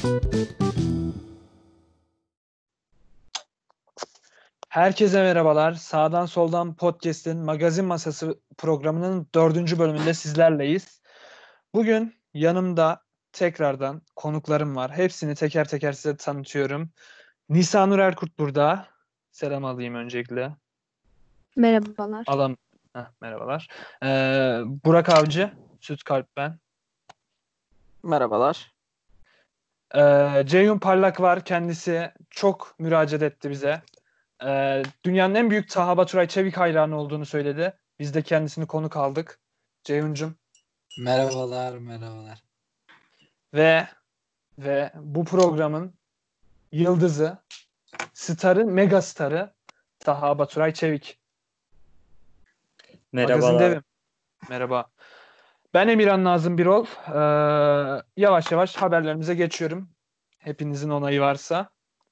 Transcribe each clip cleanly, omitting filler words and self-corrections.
Herkese merhabalar. Sağdan Soldan Podcast'in Magazin Masası programının 4. bölümünde sizlerleyiz. Bugün yanımda tekrardan konuklarım var. Hepsini teker teker size tanıtıyorum. Nisanur Erkurt burada. Selam alayım öncelikle. Merhabalar. Merhabalar. Burak Avcı, Süt Kalp ben. Merhabalar. Ceyhun Parlak var. Kendisi çok müracaat etti bize. Dünyanın en büyük Taha Baturay Çevik hayranı olduğunu söyledi. Biz de kendisini konuk aldık. Ceyhun'cum. Merhabalar. Ve bu programın yıldızı, starı, mega starı Taha Baturay Çevik. Magazin Merhabalar. devim. Merhaba. Ben Emirhan Nazım Birol. Yavaş yavaş haberlerimize geçiyorum. Hepinizin onayı varsa.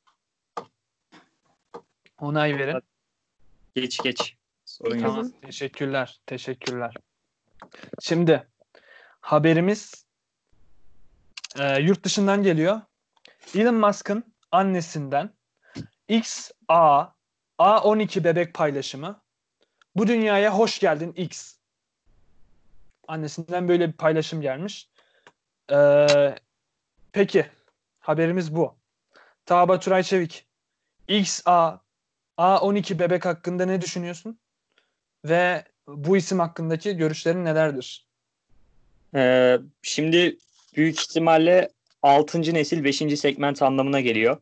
Onay verin. Geç. Sorun yok. Tamam. Teşekkürler. Şimdi haberimiz yurt dışından geliyor. Elon Musk'ın annesinden A12 bebek paylaşımı. Bu dünyaya hoş geldin X. Annesinden böyle bir paylaşım gelmiş. Peki haberimiz bu. Taha Baturay Çevik A12 bebek hakkında ne düşünüyorsun? Ve bu isim hakkındaki görüşlerin nelerdir? Şimdi büyük ihtimalle 6. nesil 5. segment anlamına geliyor.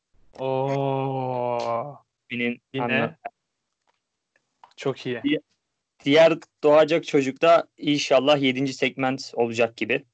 Benim Yine çok iyi. Diğer doğacak çocuk da inşallah 7. segment olacak gibi.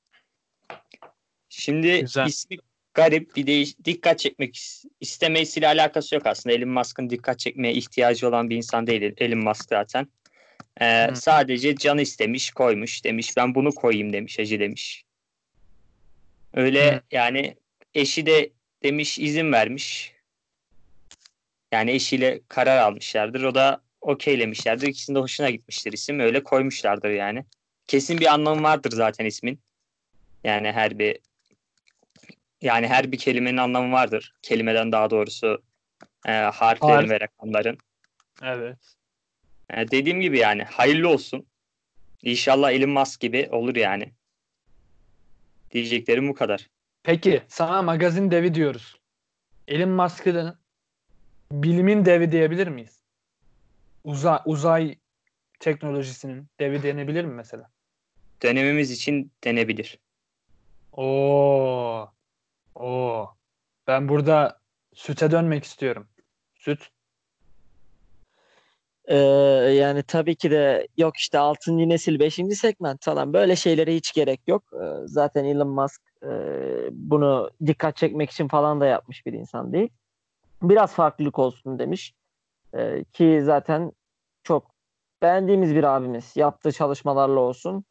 Şimdi Güzel. ismi garip, bir de dikkat çekmek istemesiyle alakası yok aslında. Elon Musk'ın dikkat çekmeye ihtiyacı olan bir insan değil Elon Musk zaten. Sadece canı istemiş, koymuş, demiş ben bunu koyayım demiş, hacı demiş. Öyle yani eşi de demiş, izin vermiş. Yani eşiyle karar almışlardır. O da okeylemişlerdir. İkisinin de hoşuna gitmiştir isim. Öyle koymuşlardır yani. Kesin bir anlamı vardır zaten ismin. Yani her bir kelimenin anlamı vardır. Kelimeden daha doğrusu harflerin ve rakamların. Evet. Dediğim gibi yani hayırlı olsun. İnşallah Elon Musk gibi olur yani. Diyeceklerim bu kadar. Peki sana magazin devi diyoruz. Elon Musk'ın bilimin devi diyebilir miyiz? Uzay teknolojisinin devi denebilir mi mesela? Dönemimiz için denebilir. Oo. Ben burada süte dönmek istiyorum. Süt. Yani tabii ki de yok işte 6. nesil 5. segment falan böyle şeylere hiç gerek yok. Zaten Elon Musk bunu dikkat çekmek için falan da yapmış bir insan değil. Biraz farklılık olsun demiş. Ki zaten çok beğendiğimiz bir abimiz. Yaptığı çalışmalarla olsun.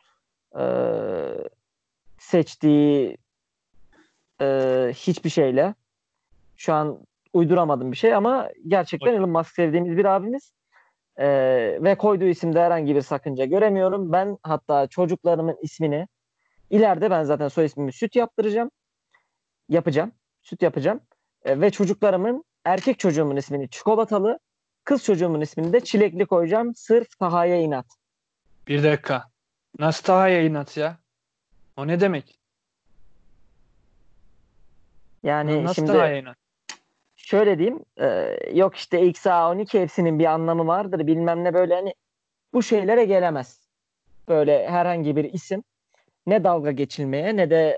Seçtiği hiçbir şeyle. Şu an uyduramadım bir şey ama gerçekten Elon Musk sevdiğimiz bir abimiz. Ve koyduğu isimde herhangi bir sakınca göremiyorum. Ben hatta çocuklarımın ismini ileride ben zaten soy ismimi Süt yapacağım. Süt yapacağım. Ve çocuklarımın erkek çocuğumun ismini Çikolatalı, kız çocuğumun ismini de Çilekli koyacağım. Sırf Taha'ya inat. Bir dakika. Nasıl Taha'ya inat ya? O ne demek? Yani Nasıl şimdi Taha'ya inat? şöyle diyeyim. Yok işte XA12 hepsinin bir anlamı vardır bilmem ne böyle hani bu şeylere gelemez. Böyle herhangi bir isim ne dalga geçilmeye ne de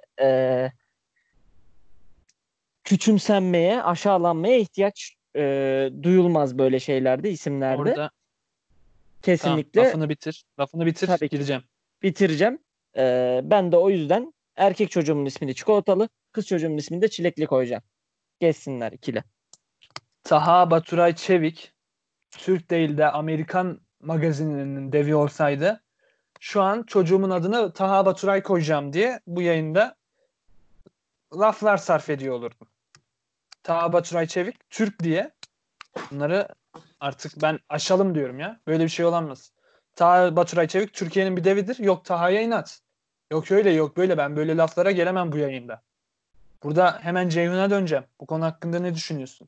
küçümsenmeye, aşağılanmaya ihtiyaç duyulmaz böyle şeylerde, isimlerde. Orada Kesinlikle. Tamam, lafını bitir. Tabii ki. Gideceğim. Bitireceğim. Ben de o yüzden erkek çocuğumun ismini Çikolatalı, kız çocuğumun ismini de Çilekli koyacağım. Geçsinler ikili. Taha Baturay Çevik Türk değil de Amerikan magazininin devi olsaydı şu an çocuğumun adını Taha Baturay koyacağım diye bu yayında laflar sarf ediyor olurdum. Taha Baturay Çevik Türk diye bunları artık ben aşalım diyorum ya. Böyle bir şey olamaz. Taha Baturay Çevik Türkiye'nin bir devidir. Yok Taha'ya inat. Yok öyle yok böyle ben böyle laflara gelemem bu yayında. Burada hemen Ceyhun'a döneceğim. Bu konu hakkında ne düşünüyorsun?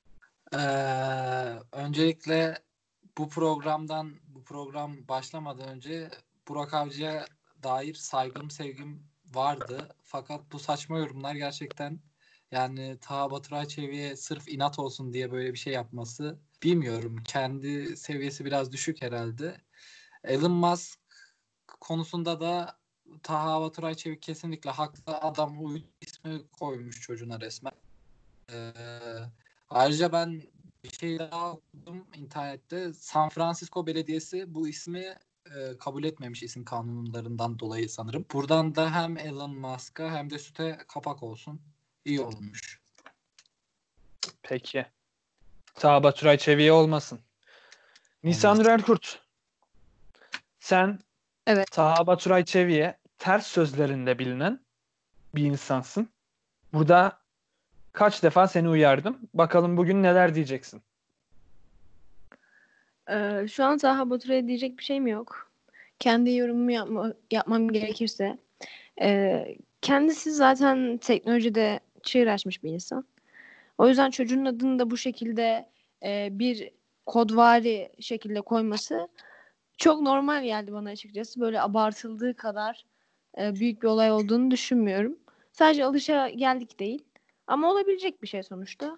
Öncelikle bu program başlamadan önce Burak Avcı'ya dair saygım, sevgim vardı. Fakat bu saçma yorumlar gerçekten, yani Taha Baturay Çevik'e sırf inat olsun diye böyle bir şey yapması, bilmiyorum. Kendi seviyesi biraz düşük herhalde. Elon Musk konusunda da Taha Baturay Çevik kesinlikle haklı. Adam o ismi koymuş çocuğuna resmen. Ee, Ayrıca ben bir şey daha okudum internette. San Francisco Belediyesi bu ismi kabul etmemiş, isim kanunlarından dolayı sanırım. Buradan da hem Elon Musk'a hem de süte kapak olsun. İyi olmuş. Peki. Taha Baturay Çevik'e olmasın. Nisan Olmasın. Erkurt. Sen Evet. Taha Baturay Çevik'e ters sözlerinde bilinen bir insansın. Burada kaç defa seni uyardım. Bakalım bugün neler diyeceksin. Şu an Taha Baturay'a diyecek bir şeyim yok. Kendi yorumumu yapmam gerekirse. Kendisi zaten teknolojide çığır açmış bir insan. O yüzden çocuğun adını da bu şekilde bir kodvari şekilde koyması çok normal geldi bana açıkçası. Böyle abartıldığı kadar büyük bir olay olduğunu düşünmüyorum. Sadece alışageldik değil. Ama olabilecek bir şey sonuçta.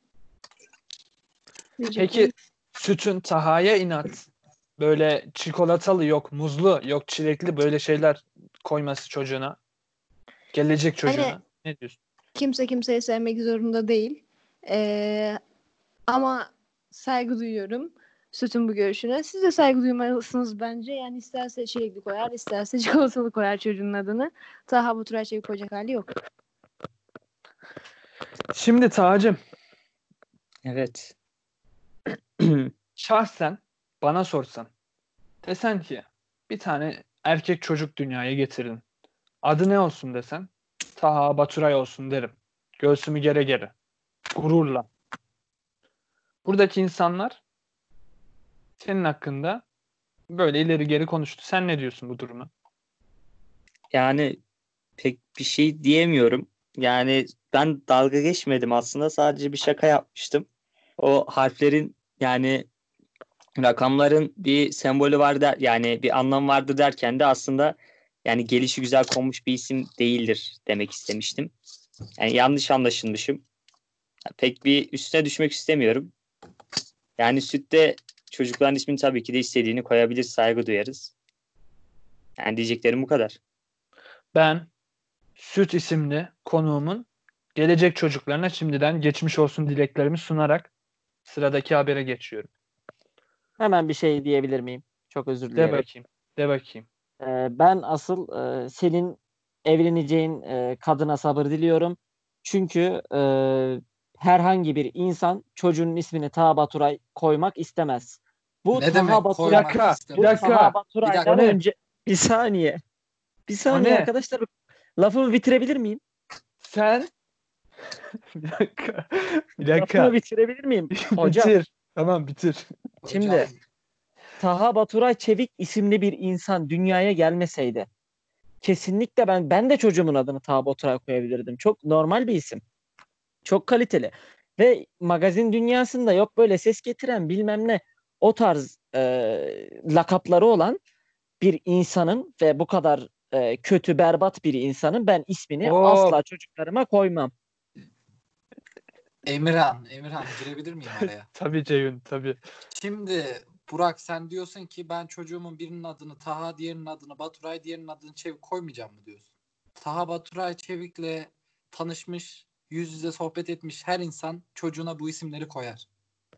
Peki sütün Taha'ya inat. Böyle çikolatalı yok, muzlu yok, çilekli böyle şeyler koyması çocuğuna. Gelecek çocuğuna. Hani Ne diyorsun? kimse kimseyi sevmek zorunda değil. Ama saygı duyuyorum Süt'ün bu görüşüne. Siz de saygı duymalısınız bence. Yani isterse çilekli koyar, isterse çikolatalı koyar çocuğun adını. Taha Baturay Çevik koyacak hali yok. Şimdi Taha'cığım, Evet. şahsen bana sorsan, desen ki bir tane erkek çocuk dünyaya getirin. Adı ne olsun desen, Taha Baturay olsun derim. Göğsümü gere gere. Gururla. Buradaki insanlar senin hakkında böyle ileri geri konuştu. Sen ne diyorsun bu duruma? Yani pek bir şey diyemiyorum. Yani ben dalga geçmedim aslında. Sadece bir şaka yapmıştım. O harflerin, yani rakamların bir sembolü var der, yani bir anlam vardı derken de aslında yani gelişi güzel konmuş bir isim değildir demek istemiştim. Yani yanlış anlaşılmışım. Pek bir üstüne düşmek istemiyorum. Yani sütte çocukların ismini tabii ki de istediğini koyabilir, saygı duyarız. Yani diyeceklerim bu kadar. Ben Süt isimli konuğumun gelecek çocuklarına şimdiden geçmiş olsun dileklerimi sunarak sıradaki habere geçiyorum. Hemen bir şey diyebilir miyim? Çok özür De dileyerek. bakayım. De bakayım. Ben asıl senin evleneceğin kadına sabır diliyorum. Çünkü herhangi bir insan çocuğunun ismini Taha Baturay koymak istemez. Bu Ne Taha demek Bir Baturay, koymak dakika. Bir bu istemez? Taha dakika. Bir Baturay'dan O dakika. ne? önce bir saniye. Bir O saniye ne? arkadaşlar. Lafımı bitirebilir miyim? Sen bir dakika. Bir Lafımı dakika. bitirebilir miyim? Hocam, Bitir. Tamam bitir. şimdi Hocam, Taha Baturay Çevik isimli bir insan dünyaya gelmeseydi kesinlikle ben de çocuğumun adını Taha Baturay koyabilirdim. Çok normal bir isim. Çok kaliteli. Ve magazin dünyasında yok böyle ses getiren bilmem ne, o tarz lakapları olan bir insanın ve bu kadar kötü berbat bir insanın ben ismini Hop. asla çocuklarıma koymam. Emirhan girebilir miyim araya? Tabii Ceyhun tabii. Şimdi Burak, sen diyorsun ki ben çocuğumun birinin adını Taha, diğerinin adını Baturay, diğerinin adını Çevik koymayacağım mı diyorsun? Taha Baturay Çevik'le tanışmış, yüz yüze sohbet etmiş her insan çocuğuna bu isimleri koyar.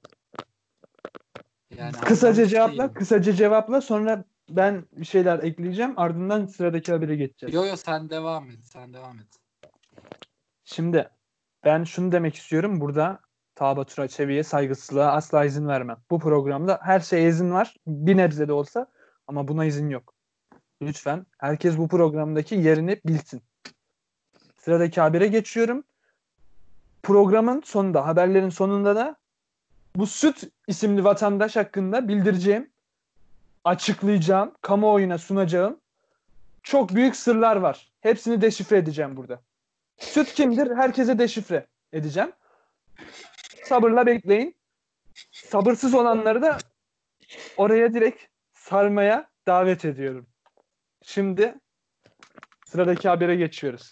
Yani Kısaca anlamış cevapla. değilim. Kısaca cevapla. Sonra ben bir şeyler ekleyeceğim. Ardından sıradaki habere geçeceğiz. Yo sen devam et. Sen devam et. Şimdi ben şunu demek istiyorum. Burada Taha Baturay Çevik'e saygısızlığa asla izin vermem. Bu programda her şeye izin var. Bir nebze de olsa. Ama buna izin yok. Lütfen herkes bu programdaki yerini bilsin. Sıradaki habere geçiyorum. Programın sonunda, haberlerin sonunda da bu Süt isimli vatandaş hakkında bildireceğim, açıklayacağım, kamuoyuna sunacağım çok büyük sırlar var. Hepsini deşifre edeceğim burada. Süt kimdir? Herkese deşifre edeceğim. Sabırla bekleyin. Sabırsız olanları da oraya direkt sarmaya davet ediyorum. Şimdi sıradaki habere geçiyoruz.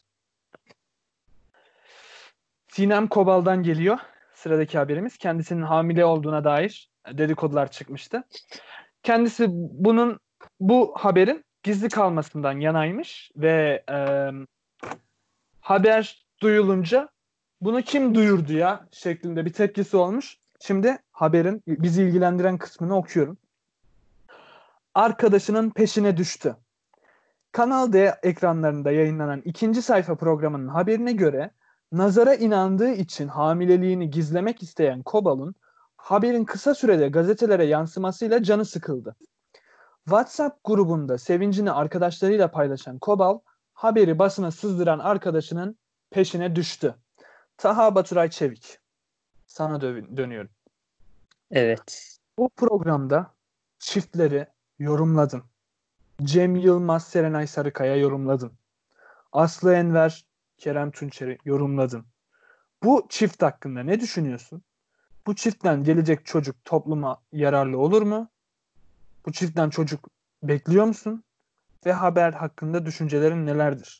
Sinem Kobal'dan geliyor sıradaki haberimiz. Kendisinin hamile olduğuna dair dedikodular çıkmıştı. Kendisi bu haberin gizli kalmasından yanaymış ve haber duyulunca bunu kim duyurdu ya şeklinde bir tepkisi olmuş. Şimdi haberin bizi ilgilendiren kısmını okuyorum. Arkadaşının peşine düştü. Kanal D ekranlarında yayınlanan ikinci sayfa programının haberine göre nazara inandığı için hamileliğini gizlemek isteyen Kobal'ın haberin kısa sürede gazetelere yansımasıyla canı sıkıldı. WhatsApp grubunda sevincini arkadaşlarıyla paylaşan Kobal, haberi basına sızdıran arkadaşının peşine düştü. Taha Baturay Çevik, sana dönüyorum. Evet. Bu programda çiftleri yorumladın. Cem Yılmaz, Serenay Sarıkaya yorumladın. Aslı Enver, Kerem Tunçer'i yorumladın. Bu çift hakkında ne düşünüyorsun? Bu çiftten gelecek çocuk topluma yararlı olur mu? Bu çiftten çocuk bekliyor musun? Ve haber hakkında düşüncelerin nelerdir?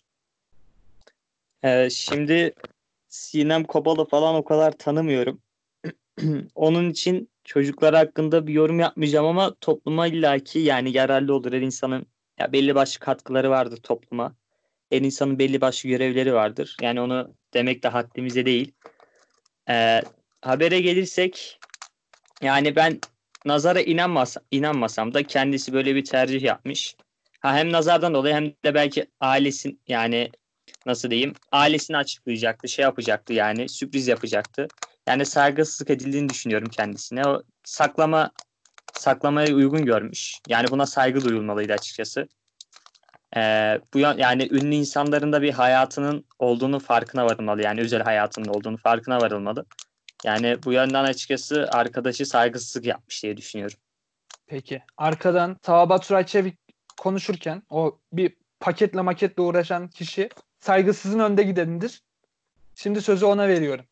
Şimdi Sinem Kobal'ı falan o kadar tanımıyorum. Onun için çocuklar hakkında bir yorum yapmayacağım ama topluma illaki yani yararlı olur. Her insanın ya belli başlı katkıları vardır topluma. Her insanın belli başlı görevleri vardır. Yani onu demek de haddimize değil. Ee, Habere gelirsek yani ben nazara inanmasam da kendisi böyle bir tercih yapmış. Hem nazardan dolayı hem de belki ailesin yani nasıl diyeyim ailesini açıklayacaktı, şey yapacaktı yani sürpriz yapacaktı. Yani saygısızlık edildiğini düşünüyorum kendisine. O saklamaya uygun görmüş. Yani buna saygı duyulmalıydı açıkçası. Yani ünlü insanların da bir hayatının olduğunu farkına varılmalı. Yani özel hayatının olduğunu farkına varılmalı. Yani bu yönden açıkçası arkadaşı saygısızlık yapmış diye düşünüyorum. Peki. Arkadan Taha Baturay Çevik konuşurken o bir maketle uğraşan kişi saygısızın önde gidenidir. Şimdi sözü ona veriyorum.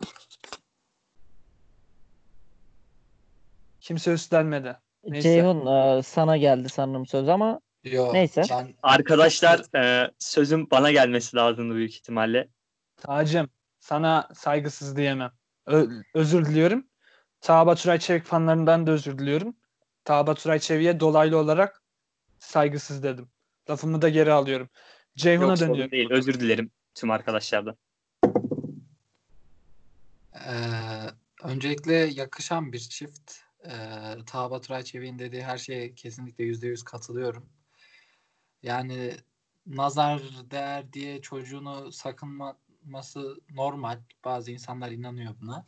Kimse üstlenmedi. Neyse. Ceyhun sana geldi sanırım söz ama Yo, neyse. ben Arkadaşlar sözüm bana gelmesi lazımdı büyük ihtimalle. Tacım, sana saygısız diyemem. Özür diliyorum. Taha Baturay Çevik fanlarından da özür diliyorum. Taha Baturay Çevik'e dolaylı olarak saygısız dedim. Lafımı da geri alıyorum. Ceyhun'a Yok sorun dönüyorum. değil. Özür dilerim tüm arkadaşlardan. öncelikle yakışan bir çift. Taha Baturay Çevik'in dediği her şeye kesinlikle %100 katılıyorum. Yani nazar değer diye çocuğunu sakınması normal. Bazı insanlar inanıyor buna.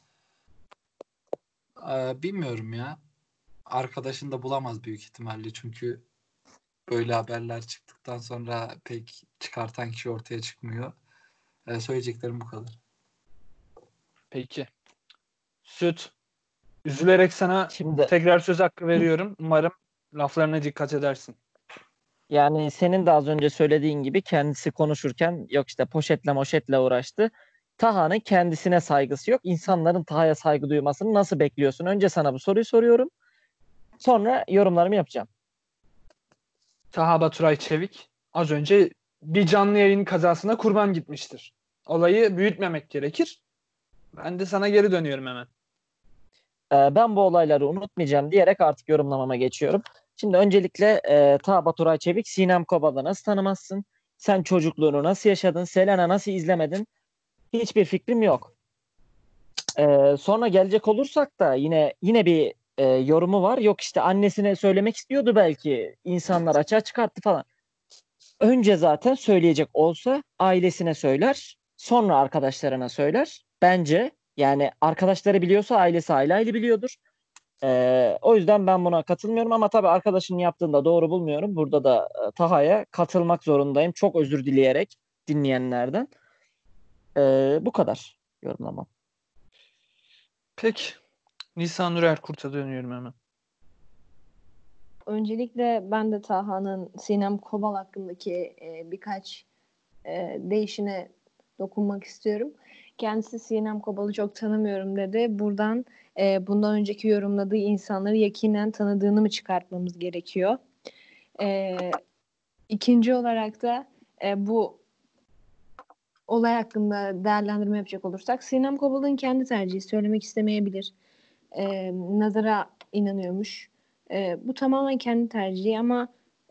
Bilmiyorum ya. Arkadaşını da bulamaz büyük ihtimalle çünkü böyle haberler çıktıktan sonra pek çıkartan kişi ortaya çıkmıyor. Söyleyeceklerim bu kadar. Peki. Süt. Üzülerek sana Şimdi tekrar söz hakkı veriyorum. Umarım laflarına dikkat edersin. yani senin de az önce söylediğin gibi kendisi konuşurken yok işte poşetle uğraştı. Taha'nın kendisine saygısı yok. İnsanların Taha'ya saygı duymasını nasıl bekliyorsun? Önce sana bu soruyu soruyorum. Sonra yorumlarımı yapacağım. Taha Baturay Çevik az önce bir canlı yayın kazasına kurban gitmiştir. Olayı büyütmemek gerekir. Ben de sana geri dönüyorum hemen. Ben bu olayları unutmayacağım diyerek artık yorumlamama geçiyorum. Şimdi öncelikle Taha Baturay Çevik, Sinem Kobal'ı nasıl tanımazsın? Sen çocukluğunu nasıl yaşadın? Selena nasıl izlemedin? Hiçbir fikrim yok. Sonra gelecek olursak da yine bir yorumu var. Yok işte annesine söylemek istiyordu belki. İnsanlar açığa çıkarttı falan. Önce zaten söyleyecek olsa ailesine söyler. Sonra arkadaşlarına söyler. Bence yani arkadaşları biliyorsa ailesi aile biliyordur. O yüzden ben buna katılmıyorum ama tabii arkadaşının yaptığını da doğru bulmuyorum. Burada da Taha'ya katılmak zorundayım. Çok özür dileyerek dinleyenlerden. Bu kadar yorumlamam. Peki. Nisan Nur Erkurt'a dönüyorum hemen. Öncelikle ben de Taha'nın Sinem Kobal hakkındaki birkaç değişine dokunmak istiyorum. Kendisi Sinem Kobal'ı çok tanımıyorum dedi. Buradan bundan önceki yorumladığı insanları yakinen tanıdığını mı çıkartmamız gerekiyor? İkinci olarak da bu olay hakkında değerlendirme yapacak olursak Sinem Kobal'ın kendi tercihi, söylemek istemeyebilir. Nazara inanıyormuş. Bu tamamen kendi tercihi ama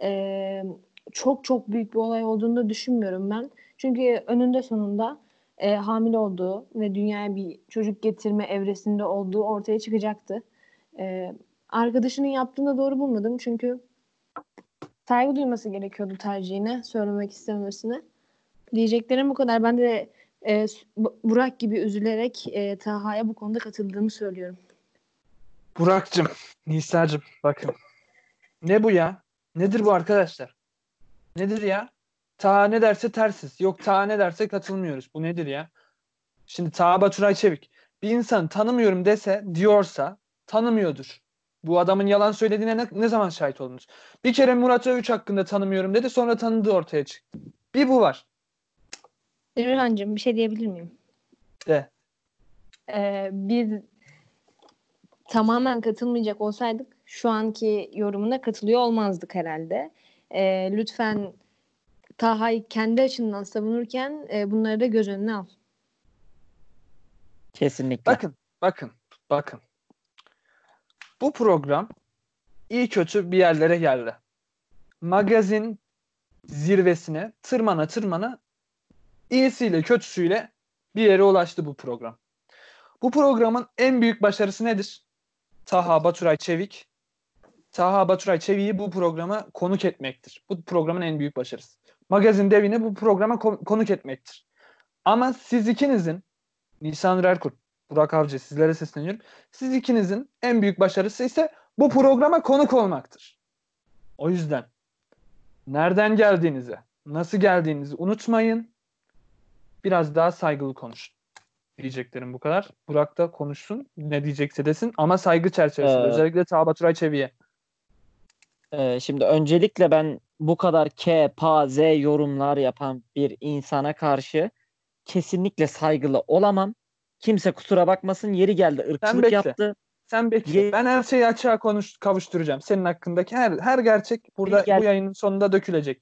çok çok büyük bir olay olduğunu da düşünmüyorum ben. Çünkü önünde sonunda hamile olduğu ve dünyaya bir çocuk getirme evresinde olduğu ortaya çıkacaktı. Arkadaşının yaptığını da doğru bulmadım. Çünkü saygı duyması gerekiyordu tercihine, söylemek istememesine. Diyeceklerim bu kadar. Ben de Burak gibi üzülerek Taha'ya bu konuda katıldığımı söylüyorum. Burak'cığım, Nisa'cığım bakın. Ne bu ya? Nedir bu arkadaşlar? Nedir ya? Taha ne derse tersiz. Yok Taha ne derse katılmıyoruz. Bu nedir ya? Şimdi Taha Baturay Çevik bir insan tanımıyorum diyorsa tanımıyordur. Bu adamın yalan söylediğine ne zaman şahit oldunuz? Bir kere Murat Övüç hakkında tanımıyorum dedi, sonra tanıdığı ortaya çıktı. Bir bu var. Emirhan'cığım bir şey diyebilir miyim? De. Biz tamamen katılmayacak olsaydık şu anki yorumuna katılıyor olmazdık herhalde. Lütfen Taha'yı kendi açından savunurken bunları da göz önüne al. Kesinlikle. Bakın. Bu program iyi kötü bir yerlere geldi. Magazin zirvesine tırmana iyisiyle kötüsüyle bir yere ulaştı bu program. Bu programın en büyük başarısı nedir? Taha Baturay Çevik. Taha Baturay Çevik'i bu programa konuk etmektir. Bu programın en büyük başarısı. Magazin devini bu programa konuk etmektir. Ama siz ikinizin, Nisan Erkurt, Burak Avcı, sizlere sesleniyorum. Siz ikinizin en büyük başarısı ise bu programa konuk olmaktır. O yüzden nereden geldiğinizi, nasıl geldiğinizi unutmayın. Biraz daha saygılı konuşun. Diyeceklerim bu kadar. Burak da konuşsun. Ne diyecekse desin ama saygı çerçevesinde. Özellikle Taha Baturay Çevik'e. Şimdi öncelikle ben bu kadar kepaze yorumlar yapan bir insana karşı kesinlikle saygılı olamam. Kimse kusura bakmasın, yeri geldi ırkçılık yaptı. Sen bekle. Ben her şeyi açığa kavuşturacağım. Senin hakkındaki her gerçek burada bu yayının sonunda dökülecek.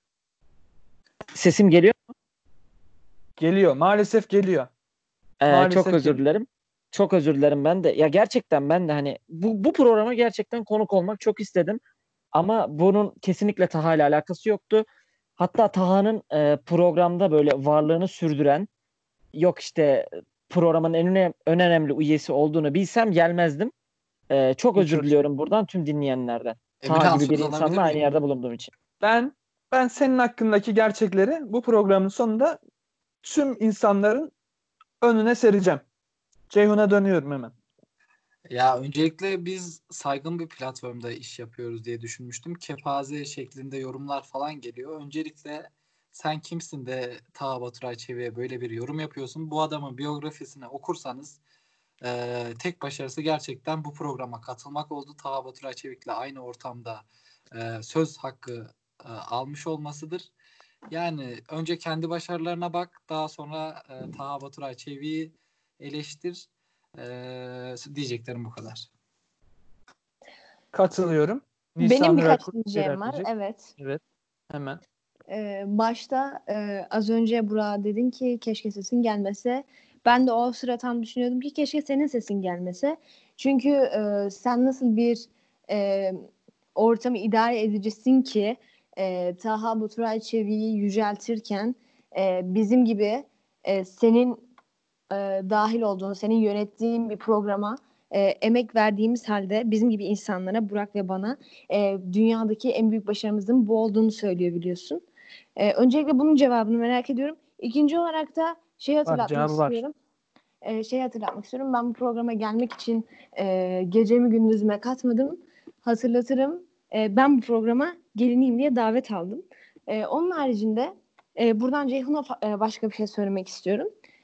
Sesim geliyor mu? Geliyor. Maalesef geliyor. Çok özür dilerim. Çok özür dilerim ben de. Ya gerçekten ben de hani bu programa gerçekten konuk olmak çok istedim. Ama bunun kesinlikle Taha ile alakası yoktu. Hatta Taha'nın programda böyle varlığını sürdüren, yok işte programın en önemli üyesi olduğunu bilsem gelmezdim. Çok özür diliyorum buradan tüm dinleyenlerden. Taha gibi bir insanla aynı yerde bulunduğum için. Ben senin hakkındaki gerçekleri bu programın sonunda tüm insanların önüne sereceğim. Ceyhun'a dönüyorum hemen. Ya öncelikle biz saygın bir platformda iş yapıyoruz diye düşünmüştüm. Kepaze şeklinde yorumlar falan geliyor. Öncelikle sen kimsin de Taha Baturay Çevik'e böyle bir yorum yapıyorsun? Bu adamın biyografisini okursanız tek başarısı gerçekten bu programa katılmak oldu. Taha Baturay Çevik'le aynı ortamda söz hakkı almış olmasıdır. Yani önce kendi başarılarına bak, daha sonra Taha Baturay Çevik'i eleştir. Diyeceklerim bu kadar. Katılıyorum. Benim birkaç diyeceğim var. Evet. Evet. Hemen. Başta az önce Burak'a dedin ki keşke sesin gelmese. Ben de o sıra tam düşünüyordum ki keşke senin sesin gelmese. Çünkü sen nasıl bir ortamı idare edicisin ki Taha Baturay Çevik'i yüceltirken bizim gibi senin dahil olduğun, senin yönettiğin bir programa emek verdiğimiz halde bizim gibi insanlara, Burak ve bana dünyadaki en büyük başarımızın bu olduğunu söylüyor biliyorsun. Öncelikle bunun cevabını merak ediyorum. İkinci olarak da hatırlatmak istiyorum. Ben bu programa gelmek için gecemi gündüzüme katmadım. Hatırlatırım. Ben bu programa gelineyim diye davet aldım. Onun haricinde buradan Ceyhun'a başka bir şey söylemek istiyorum.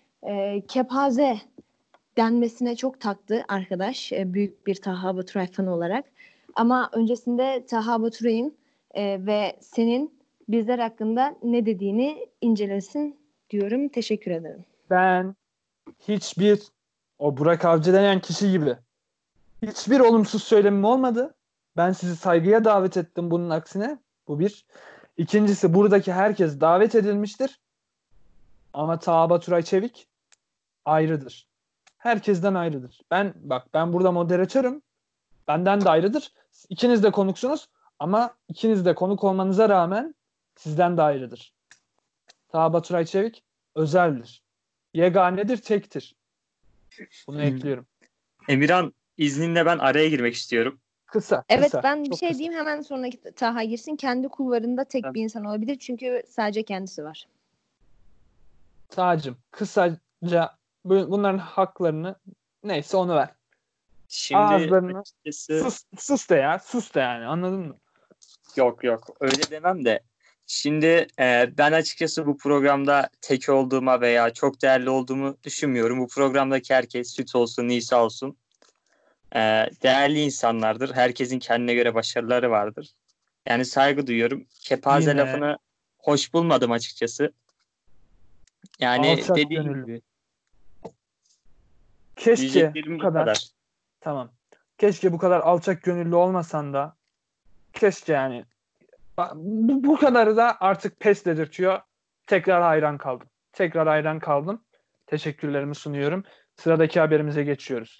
Kepaze denmesine çok taktı arkadaş. Büyük bir Taha Baturay fanı olarak. Ama öncesinde Taha Baturay'ın ve senin bizler hakkında ne dediğini incelesin diyorum. Teşekkür ederim. Ben hiçbir o Burak Avcı denen kişi gibi hiçbir olumsuz söylemim olmadı. Ben sizi saygıya davet ettim bunun aksine. Bu bir. İkincisi buradaki herkes davet edilmiştir. Ama Taha Baturay Çevik ayrıdır. Herkesten ayrıdır. Ben burada moderatörüm. Benden de ayrıdır. İkiniz de konuksunuz ama ikiniz de konuk olmanıza rağmen sizden de ayrıdır. Taha Baturay Çevik özeldir. Yeganedir, tektir. Bunu ekliyorum. Emirhan, izninle ben araya girmek istiyorum. Kısa. Evet, kısa, ben bir çok şey kısa. diyeyim, hemen sonraki Taha girsin. Kendi kulvarında tek Tabii. bir insan olabilir. Çünkü sadece kendisi var. Taha'cığım kısaca bunların haklarını neyse onu ver. Şimdi Ağızlarını açıkçası sus de ya. Sus de yani, anladın mı? yok öyle demem de. Şimdi ben açıkçası bu programda tek olduğuma veya çok değerli olduğumu düşünmüyorum. Bu programdaki herkes, Süt olsun, Nisa olsun, değerli insanlardır. Herkesin kendine göre başarıları vardır. Yani saygı duyuyorum. Kepaze Yine lafını hoş bulmadım açıkçası. Yani alçak dediğim gönüllü. gibi Keşke diyeceklerim bu bu kadar. kadar. Tamam. Keşke bu kadar alçak gönüllü olmasan da, keşke yani bu kadarı da artık pes dedirtiyor. Tekrar hayran kaldım. Teşekkürlerimi sunuyorum. Sıradaki haberimize geçiyoruz.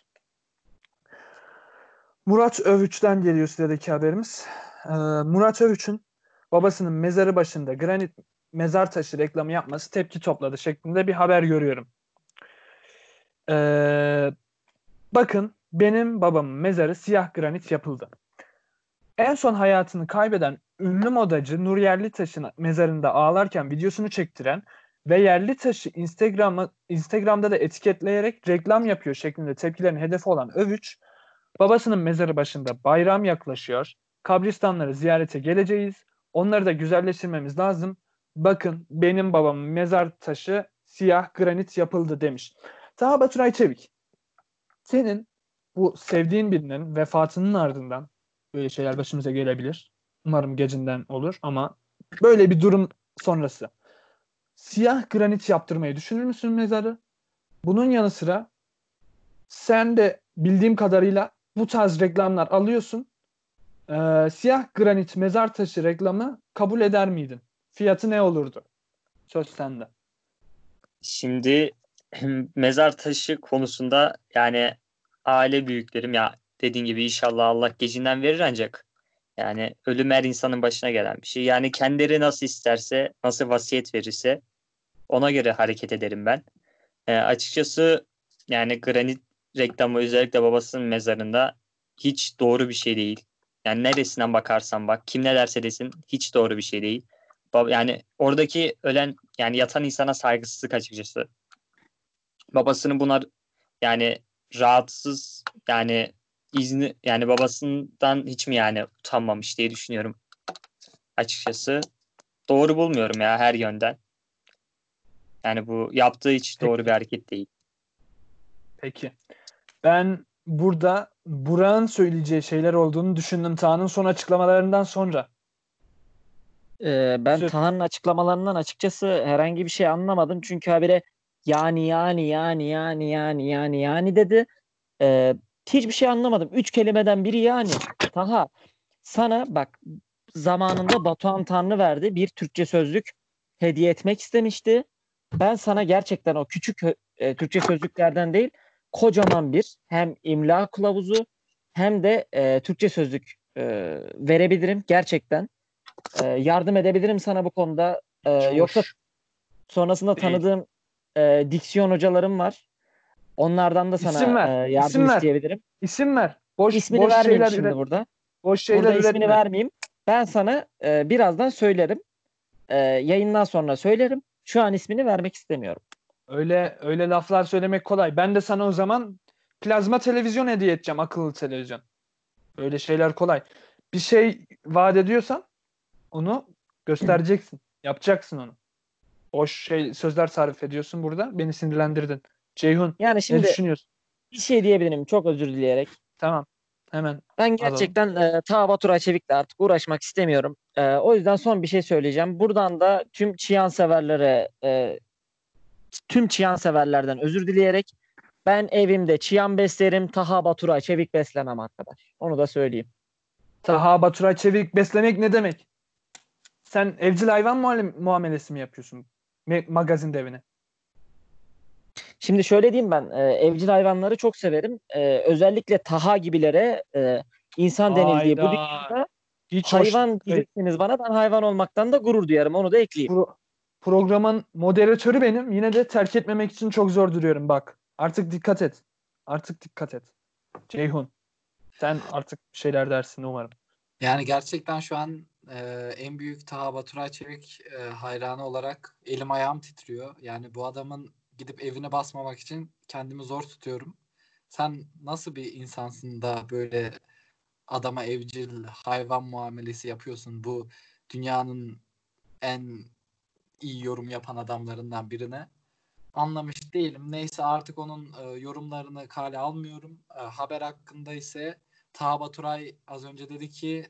Murat Övüç'ten geliyor sıradaki haberimiz. Murat Övüç'ün babasının mezarı başında granit mezar taşı reklamı yapması tepki topladı şeklinde bir haber görüyorum. Bakın, benim babamın mezarı siyah granit yapıldı. En son hayatını kaybeden ünlü modacı Nur Yerlitaş'ın mezarında ağlarken videosunu çektiren ve Yerlitaş'ı Instagram'da da etiketleyerek reklam yapıyor şeklinde tepkilerin hedefi olan Övüç, babasının mezarı başında bayram yaklaşıyor, kabristanları ziyarete geleceğiz, onları da güzelleştirmemiz lazım. Bakın, benim babamın mezar taşı siyah granit yapıldı demiş. Taha Baturay Çevik, senin bu sevdiğin birinin vefatının ardından böyle şeyler başımıza gelebilir. Umarım gecinden olur ama böyle bir durum sonrası siyah granit yaptırmayı düşünür müsün mezarı? Bunun yanı sıra sen de bildiğim kadarıyla bu tarz reklamlar alıyorsun. Siyah granit mezar taşı reklamı kabul eder miydin? Fiyatı ne olurdu? Söz sende. Şimdi mezar taşı konusunda yani aile büyüklerim ya dediğin gibi inşallah Allah gecinden verir ancak yani ölüm her insanın başına gelen bir şey. Yani kendileri nasıl isterse, nasıl vasiyet verirse ona göre hareket ederim ben. Açıkçası yani granit reklamı özellikle babasının mezarında hiç doğru bir şey değil. Yani neresinden bakarsan bak, kim ne derse desin hiç doğru bir şey değil. Yani oradaki ölen yani yatan insana saygısızlık açıkçası. Babasının bunlar yani rahatsız yani izni yani babasından hiç mi yani utanmamış diye düşünüyorum açıkçası. Doğru bulmuyorum ya her yönden. Yani bu yaptığı hiç doğru Peki. bir hareket değil. Peki. Ben burada Burak'ın söyleyeceği şeyler olduğunu düşündüm Taha'nın son açıklamalarından sonra. Ben Söz. Taha'nın açıklamalarından açıkçası herhangi bir şey anlamadım. Çünkü habire yani dedi. Hiçbir şey anlamadım. 3 kelimeden biri yani. Taha, sana bak, zamanında Batuhan Tanrı verdi. Bir Türkçe sözlük hediye etmek istemişti. Ben sana gerçekten o küçük Türkçe sözlüklerden değil, kocaman bir hem imla kılavuzu hem de Türkçe sözlük verebilirim. Gerçekten yardım edebilirim sana bu konuda. Yoksa sonrasında Değil. tanıdığım diksiyon hocalarım var. Onlardan da İsim sana ver. yardım İsim ver. isteyebilirim. İsim ver. Boş İsmini vermeyeyim şeyler şimdi burada. Boş Burada şeyler ismini üretme. vermeyeyim. Ben sana birazdan söylerim. Yayından sonra söylerim. Şu an ismini vermek istemiyorum. Öyle laflar söylemek kolay. Ben de sana o zaman plazma televizyon hediye edeceğim, akıllı televizyon. Öyle şeyler kolay. Bir şey vaat ediyorsan onu göstereceksin. Yapacaksın onu. Boş sözler sarf ediyorsun burada. Beni sinirlendirdin. Ceyhun, Yani ne şimdi düşünüyorsun? bir şey diyebilirim. Çok özür dileyerek. Tamam. Hemen Ben alalım. gerçekten ta Baturay Çevik'le artık uğraşmak istemiyorum. O yüzden son bir şey söyleyeceğim. Buradan da tüm Çiyan severlere tüm çiyan severlerden özür dileyerek ben evimde çiyan beslerim, Taha Baturay Çevik beslemem arkadaş. Onu da söyleyeyim. Taha Baturay Çevik beslemek ne demek? Sen evcil hayvan muamelesi mi yapıyorsun magazin devine? Şimdi şöyle diyeyim, ben evcil hayvanları çok severim. Özellikle Taha gibilere insan denildiği bu Hayda. dünyada Hiç hoş hayvan değil. diyeceksiniz bana, ben hayvan olmaktan da gurur duyarım. Onu da ekleyeyim. Programın moderatörü benim. Yine de terk etmemek için çok zor duruyorum bak. Artık dikkat et. Artık dikkat et. Ceyhun. Sen artık bir şeyler dersin umarım. Yani gerçekten şu an en büyük Taha Baturay Çevik hayranı olarak elim ayağım titriyor. Yani bu adamın gidip evine basmamak için kendimi zor tutuyorum. Sen nasıl bir insansın da böyle adama evcil hayvan muamelesi yapıyorsun, bu dünyanın en iyi yorum yapan adamlarından birine? Anlamış değilim. Neyse, artık onun yorumlarını kale almıyorum. Haber hakkında ise Taha Baturay az önce dedi ki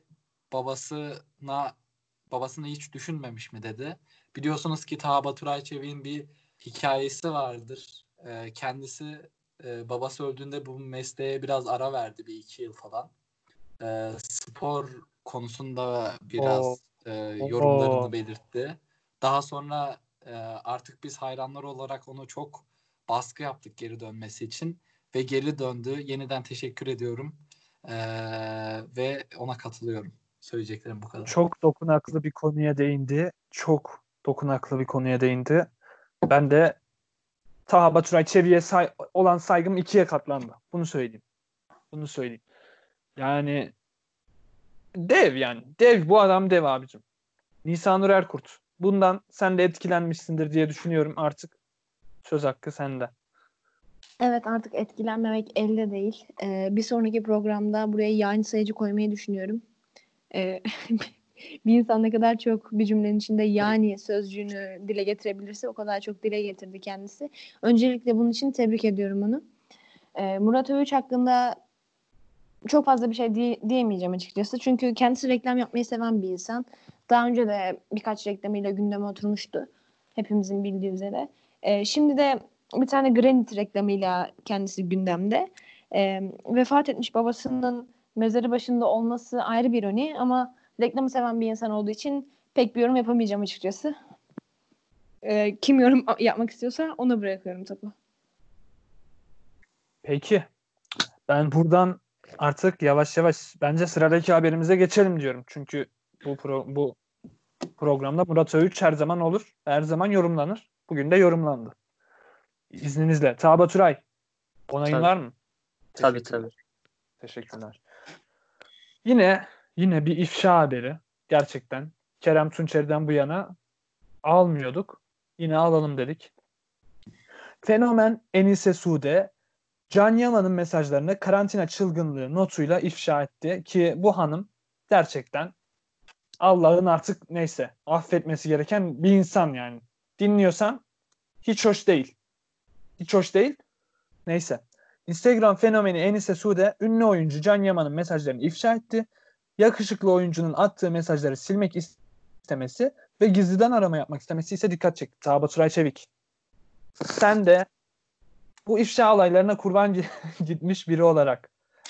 babasını hiç düşünmemiş mi dedi. Biliyorsunuz ki Taha Baturay Çevik'in bir hikayesi vardır. Kendisi babası öldüğünde bu mesleğe biraz ara verdi, bir 2 yıl falan. Spor konusunda biraz yorumlarını belirtti. Daha sonra artık biz hayranlar olarak onu çok baskı yaptık geri dönmesi için ve geri döndü. Yeniden teşekkür ediyorum ve ona katılıyorum. Söyleyeceklerim bu kadar. Çok dokunaklı bir konuya değindi. Çok dokunaklı bir konuya değindi. Ben de Taha Baturay Çevik'e olan saygım 2'ye katlandı. Bunu söyleyeyim. Yani dev yani. Dev, bu adam dev abicim. Nisanur Erkurt. Bundan sen de etkilenmişsindir diye düşünüyorum artık. Söz hakkı sende. Evet, artık etkilenmemek elde değil. Bir sonraki programda buraya yani sayıcı koymayı düşünüyorum. Bir insan ne kadar çok bir cümlenin içinde yani sözcüğünü dile getirebilirse o kadar çok dile getirdi kendisi. Öncelikle bunun için tebrik ediyorum onu. Murat Övüç hakkında çok fazla bir şey diyemeyeceğim açıkçası. Çünkü kendisi reklam yapmayı seven bir insan. Daha önce de birkaç reklamıyla gündeme oturmuştu. Hepimizin bildiği üzere. Şimdi de bir tane Granit reklamıyla kendisi gündemde. Vefat etmiş babasının mezarı başında olması ayrı bir ironi ama reklamı seven bir insan olduğu için pek bir yorum yapamayacağım açıkçası. Kim yorum yapmak istiyorsa ona bırakıyorum topu. Peki. Ben buradan artık yavaş yavaş bence sıradaki haberimize geçelim diyorum. Çünkü bu programda Murat Övüç her zaman olur. Her zaman yorumlanır. Bugün de yorumlandı. İzninizle. Taha Baturay. Onayın Tabii. var mı? Tabii. Teşekkürler. Yine bir ifşa haberi. Gerçekten. Kerem Tunçeri'den bu yana almıyorduk. Yine alalım dedik. Fenomen Enise Sude Can Yaman'ın mesajlarını karantina çılgınlığı notuyla ifşa etti ki bu hanım gerçekten Allah'ın artık neyse affetmesi gereken bir insan yani. Dinliyorsan hiç hoş değil. Hiç hoş değil. Neyse. Instagram fenomeni Enise Sude ünlü oyuncu Can Yaman'ın mesajlarını ifşa etti. Yakışıklı oyuncunun attığı mesajları silmek istemesi ve gizliden arama yapmak istemesi ise dikkat çekti. Taha Baturay Çevik. Sen de bu ifşa olaylarına kurban gitmiş biri olarak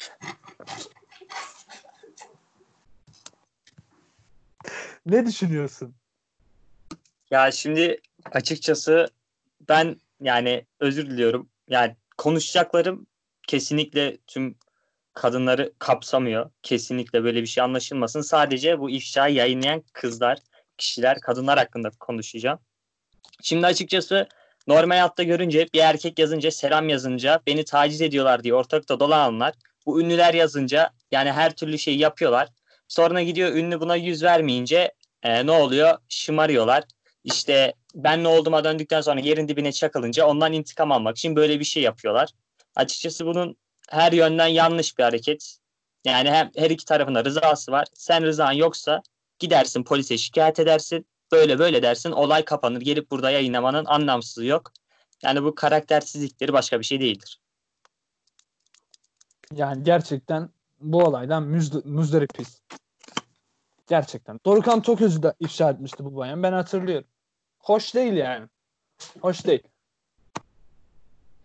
ne düşünüyorsun? Ya şimdi açıkçası ben yani özür diliyorum. Yani konuşacaklarım kesinlikle tüm kadınları kapsamıyor. Kesinlikle böyle bir şey anlaşılmasın. Sadece bu ifşayı yayınlayan kişiler, kadınlar hakkında konuşacağım. Şimdi açıkçası normal hayatta görünce bir erkek yazınca, selam yazınca beni taciz ediyorlar diye ortalıkta dolananlar, bu ünlüler yazınca yani her türlü şeyi yapıyorlar. Sonra gidiyor ünlü buna yüz vermeyince ne oluyor? Şımarıyorlar. İşte ben ne olduğuma döndükten sonra yerin dibine çakılınca ondan intikam almak için böyle bir şey yapıyorlar. Açıkçası bunun her yönden yanlış bir hareket. Yani her iki tarafında rızası var. Sen rızan yoksa gidersin polise şikayet edersin. Böyle dersin, olay kapanır. Gelip burada yayınlamanın anlamsızlığı yok. Yani bu karaktersizlikleri başka bir şey değildir. Yani gerçekten bu olaydan müzdaripiz. Gerçekten. Dorukhan Toköz'ü de ifşa etmişti bu bayan. Ben hatırlıyorum. Hoş değil yani. Hoş değil.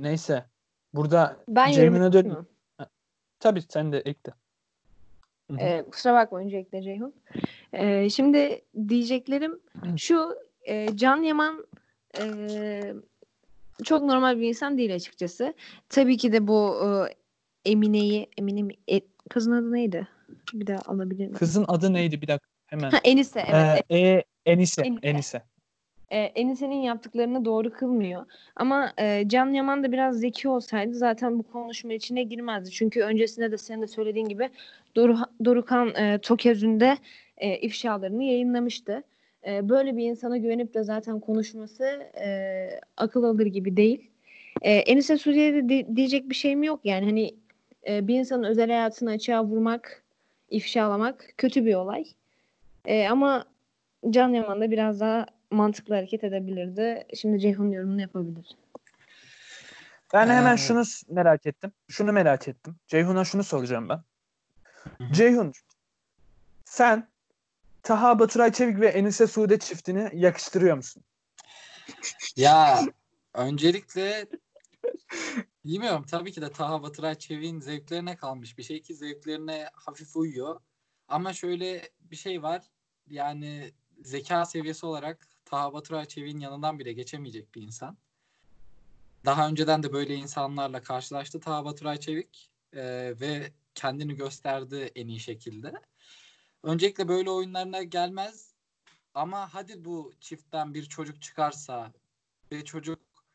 Neyse. Burada Ben yorum Ceyhun'a yapayım dön. mı? Tabii sen de ekle. Hı hı. Kusura bakma öncelikle Ceyhun. Şimdi diyeceklerim şu, Can Yaman çok normal bir insan değil açıkçası. Tabii ki de bu Emine mi? Kızın adı neydi? Bir daha alabilir miyim? Kızın adı neydi? Bir dakika hemen. Enise, evet. Enise. Enise. Enise. Enise'nin yaptıklarını doğru kılmıyor. Ama Can Yaman da biraz zeki olsaydı zaten bu konuşma içine girmezdi. Çünkü öncesinde de senin de söylediğin gibi Dorukhan Tökezü'nde ifşalarını yayınlamıştı. Böyle bir insana güvenip de zaten konuşması akıl alır gibi değil. Enise Sude'ye de diyecek bir şeyim yok. Yani hani bir insanın özel hayatını açığa vurmak, ifşalamak kötü bir olay. Ama Can Yaman da biraz daha mantıklı hareket edebilirdi. Şimdi Ceyhun yorumunu yapabilir. Ben hemen Ee, şunu merak ettim. Şunu merak ettim. Ceyhun'a şunu soracağım ben. hı. Ceyhun, sen Taha Baturay Çevik ve Enise Sude çiftini yakıştırıyor musun? Ya öncelikle bilmiyorum, tabii ki de Taha Batıray Çevik'in zevklerine kalmış bir şey ki zevklerine hafif uyuyor. Ama şöyle bir şey var. Yani zeka seviyesi olarak Taha Batıray Çevik'in yanından bile geçemeyecek bir insan. Daha önceden de böyle insanlarla karşılaştı Taha Baturay Çevik ve kendini gösterdi en iyi şekilde. Öncelikle böyle oyunlarına gelmez ama hadi bu çiftten bir çocuk çıkarsa ve çocuk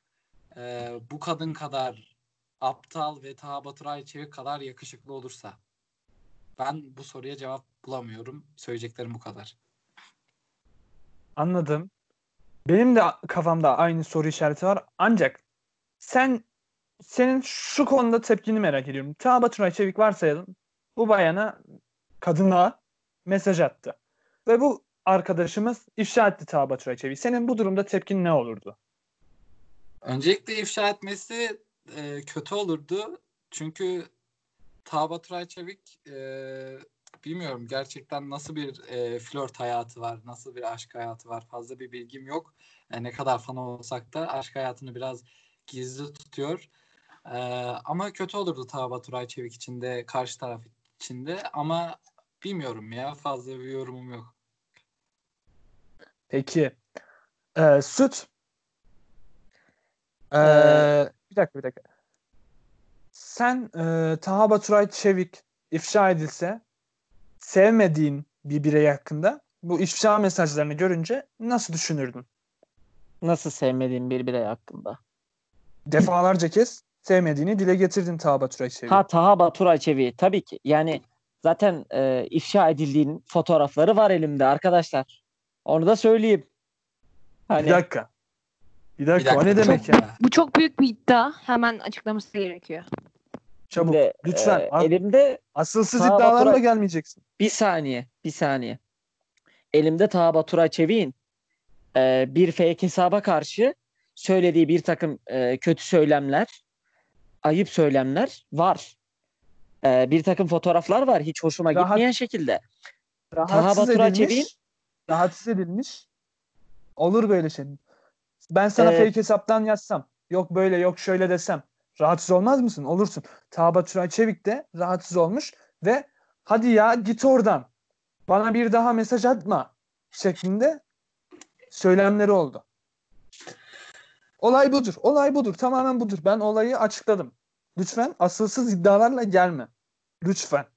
bu kadın kadar aptal ve Taha Baturay Çevik kadar yakışıklı olursa, ben bu soruya cevap bulamıyorum. Söyleyeceklerim bu kadar. Anladım. Benim de kafamda aynı soru işareti var. Ancak senin şu konuda tepkini merak ediyorum. Taha Baturay Çevik varsayalım. Bu bayana, kadına mesaj attı. Ve bu arkadaşımız ifşa etti Taha Baturay Çevik'i. Senin bu durumda tepkin ne olurdu? Öncelikle ifşa etmesi kötü olurdu. Çünkü Taha Baturay Çevik bilmiyorum gerçekten nasıl bir flört hayatı var, nasıl bir aşk hayatı var, fazla bir bilgim yok. Ne kadar fan olsak da aşk hayatını biraz gizli tutuyor. Ama kötü olurdu Taha Baturay Çevik için de karşı taraf için de, ama bilmiyorum ya, fazla bir yorumum yok. Peki. Süt. Ee, Bir dakika. Sen Taha Baturay Çevik ifşa edilse sevmediğin bir birey hakkında bu ifşa mesajlarını görünce nasıl düşünürdün? Nasıl sevmediğim bir birey hakkında? Defalarca kez sevmediğini dile getirdin Taha Baturay Çevik'i. Ha, Taha Baturay Çevik'i tabii ki. Yani zaten ifşa edildiğin fotoğrafları var elimde arkadaşlar. Onu da söyleyeyim. Bir Hani dakika. O ne dakika. demek ya? Bu çok büyük bir iddia. Hemen açıklaması gerekiyor. Çabuk. şimdi, Lütfen. elimde Asılsız Taha iddialarla Baturay- gelmeyeceksin. bir saniye. Elimde Taha Baturay Çevik'in bir fake hesaba karşı söylediği bir takım kötü söylemler, ayıp söylemler var. Bir takım fotoğraflar var hiç hoşuma Rahat- gitmeyen şekilde. Rahatsız Baturay edilmiş. Rahatsız edilmiş. Olur böyle şey. Ben sana Ee, fake hesaptan yazsam. Yok böyle yok şöyle desem. Rahatsız olmaz mısın? Olursun. Taha Baturay Çevik de rahatsız olmuş ve hadi ya git oradan. Bana bir daha mesaj atma şeklinde söylemleri oldu. Olay budur. Tamamen budur. Ben olayı açıkladım. Lütfen asılsız iddialarla gelme. Lütfen.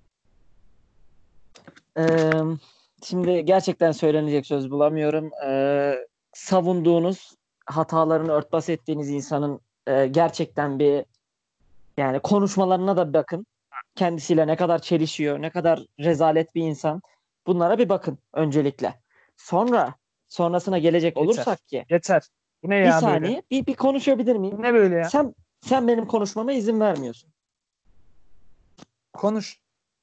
Şimdi gerçekten söylenecek söz bulamıyorum. Savunduğunuz, hatalarını örtbas ettiğiniz insanın gerçekten bir, yani konuşmalarına da bir bakın. Kendisiyle ne kadar çelişiyor, ne kadar rezalet bir insan. Bunlara bir bakın öncelikle. Sonrasına gelecek Yeter. olursak ki Yeter. Bu ne bir ya saniye böyle? bir konuşabilir miyim? Bu ne böyle ya? Sen benim konuşmama izin vermiyorsun. Konuş.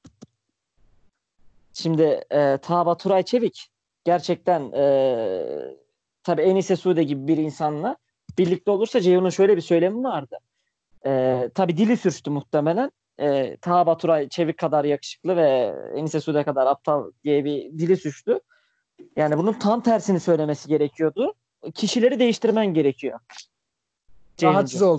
Şimdi Taha Baturay Çevik gerçekten tabii Enise Sude gibi bir insanla birlikte olursa Ceyhun'un şöyle bir söylemi vardı. Tabii dili sürçtü muhtemelen. Taha Baturay Çevik kadar yakışıklı ve Enise Sude kadar aptal diye bir dili sürçtü. Yani bunun tam tersini söylemesi gerekiyordu. Kişileri değiştirmen gerekiyor. Rahatsız Ceyhuncuğum. oldum.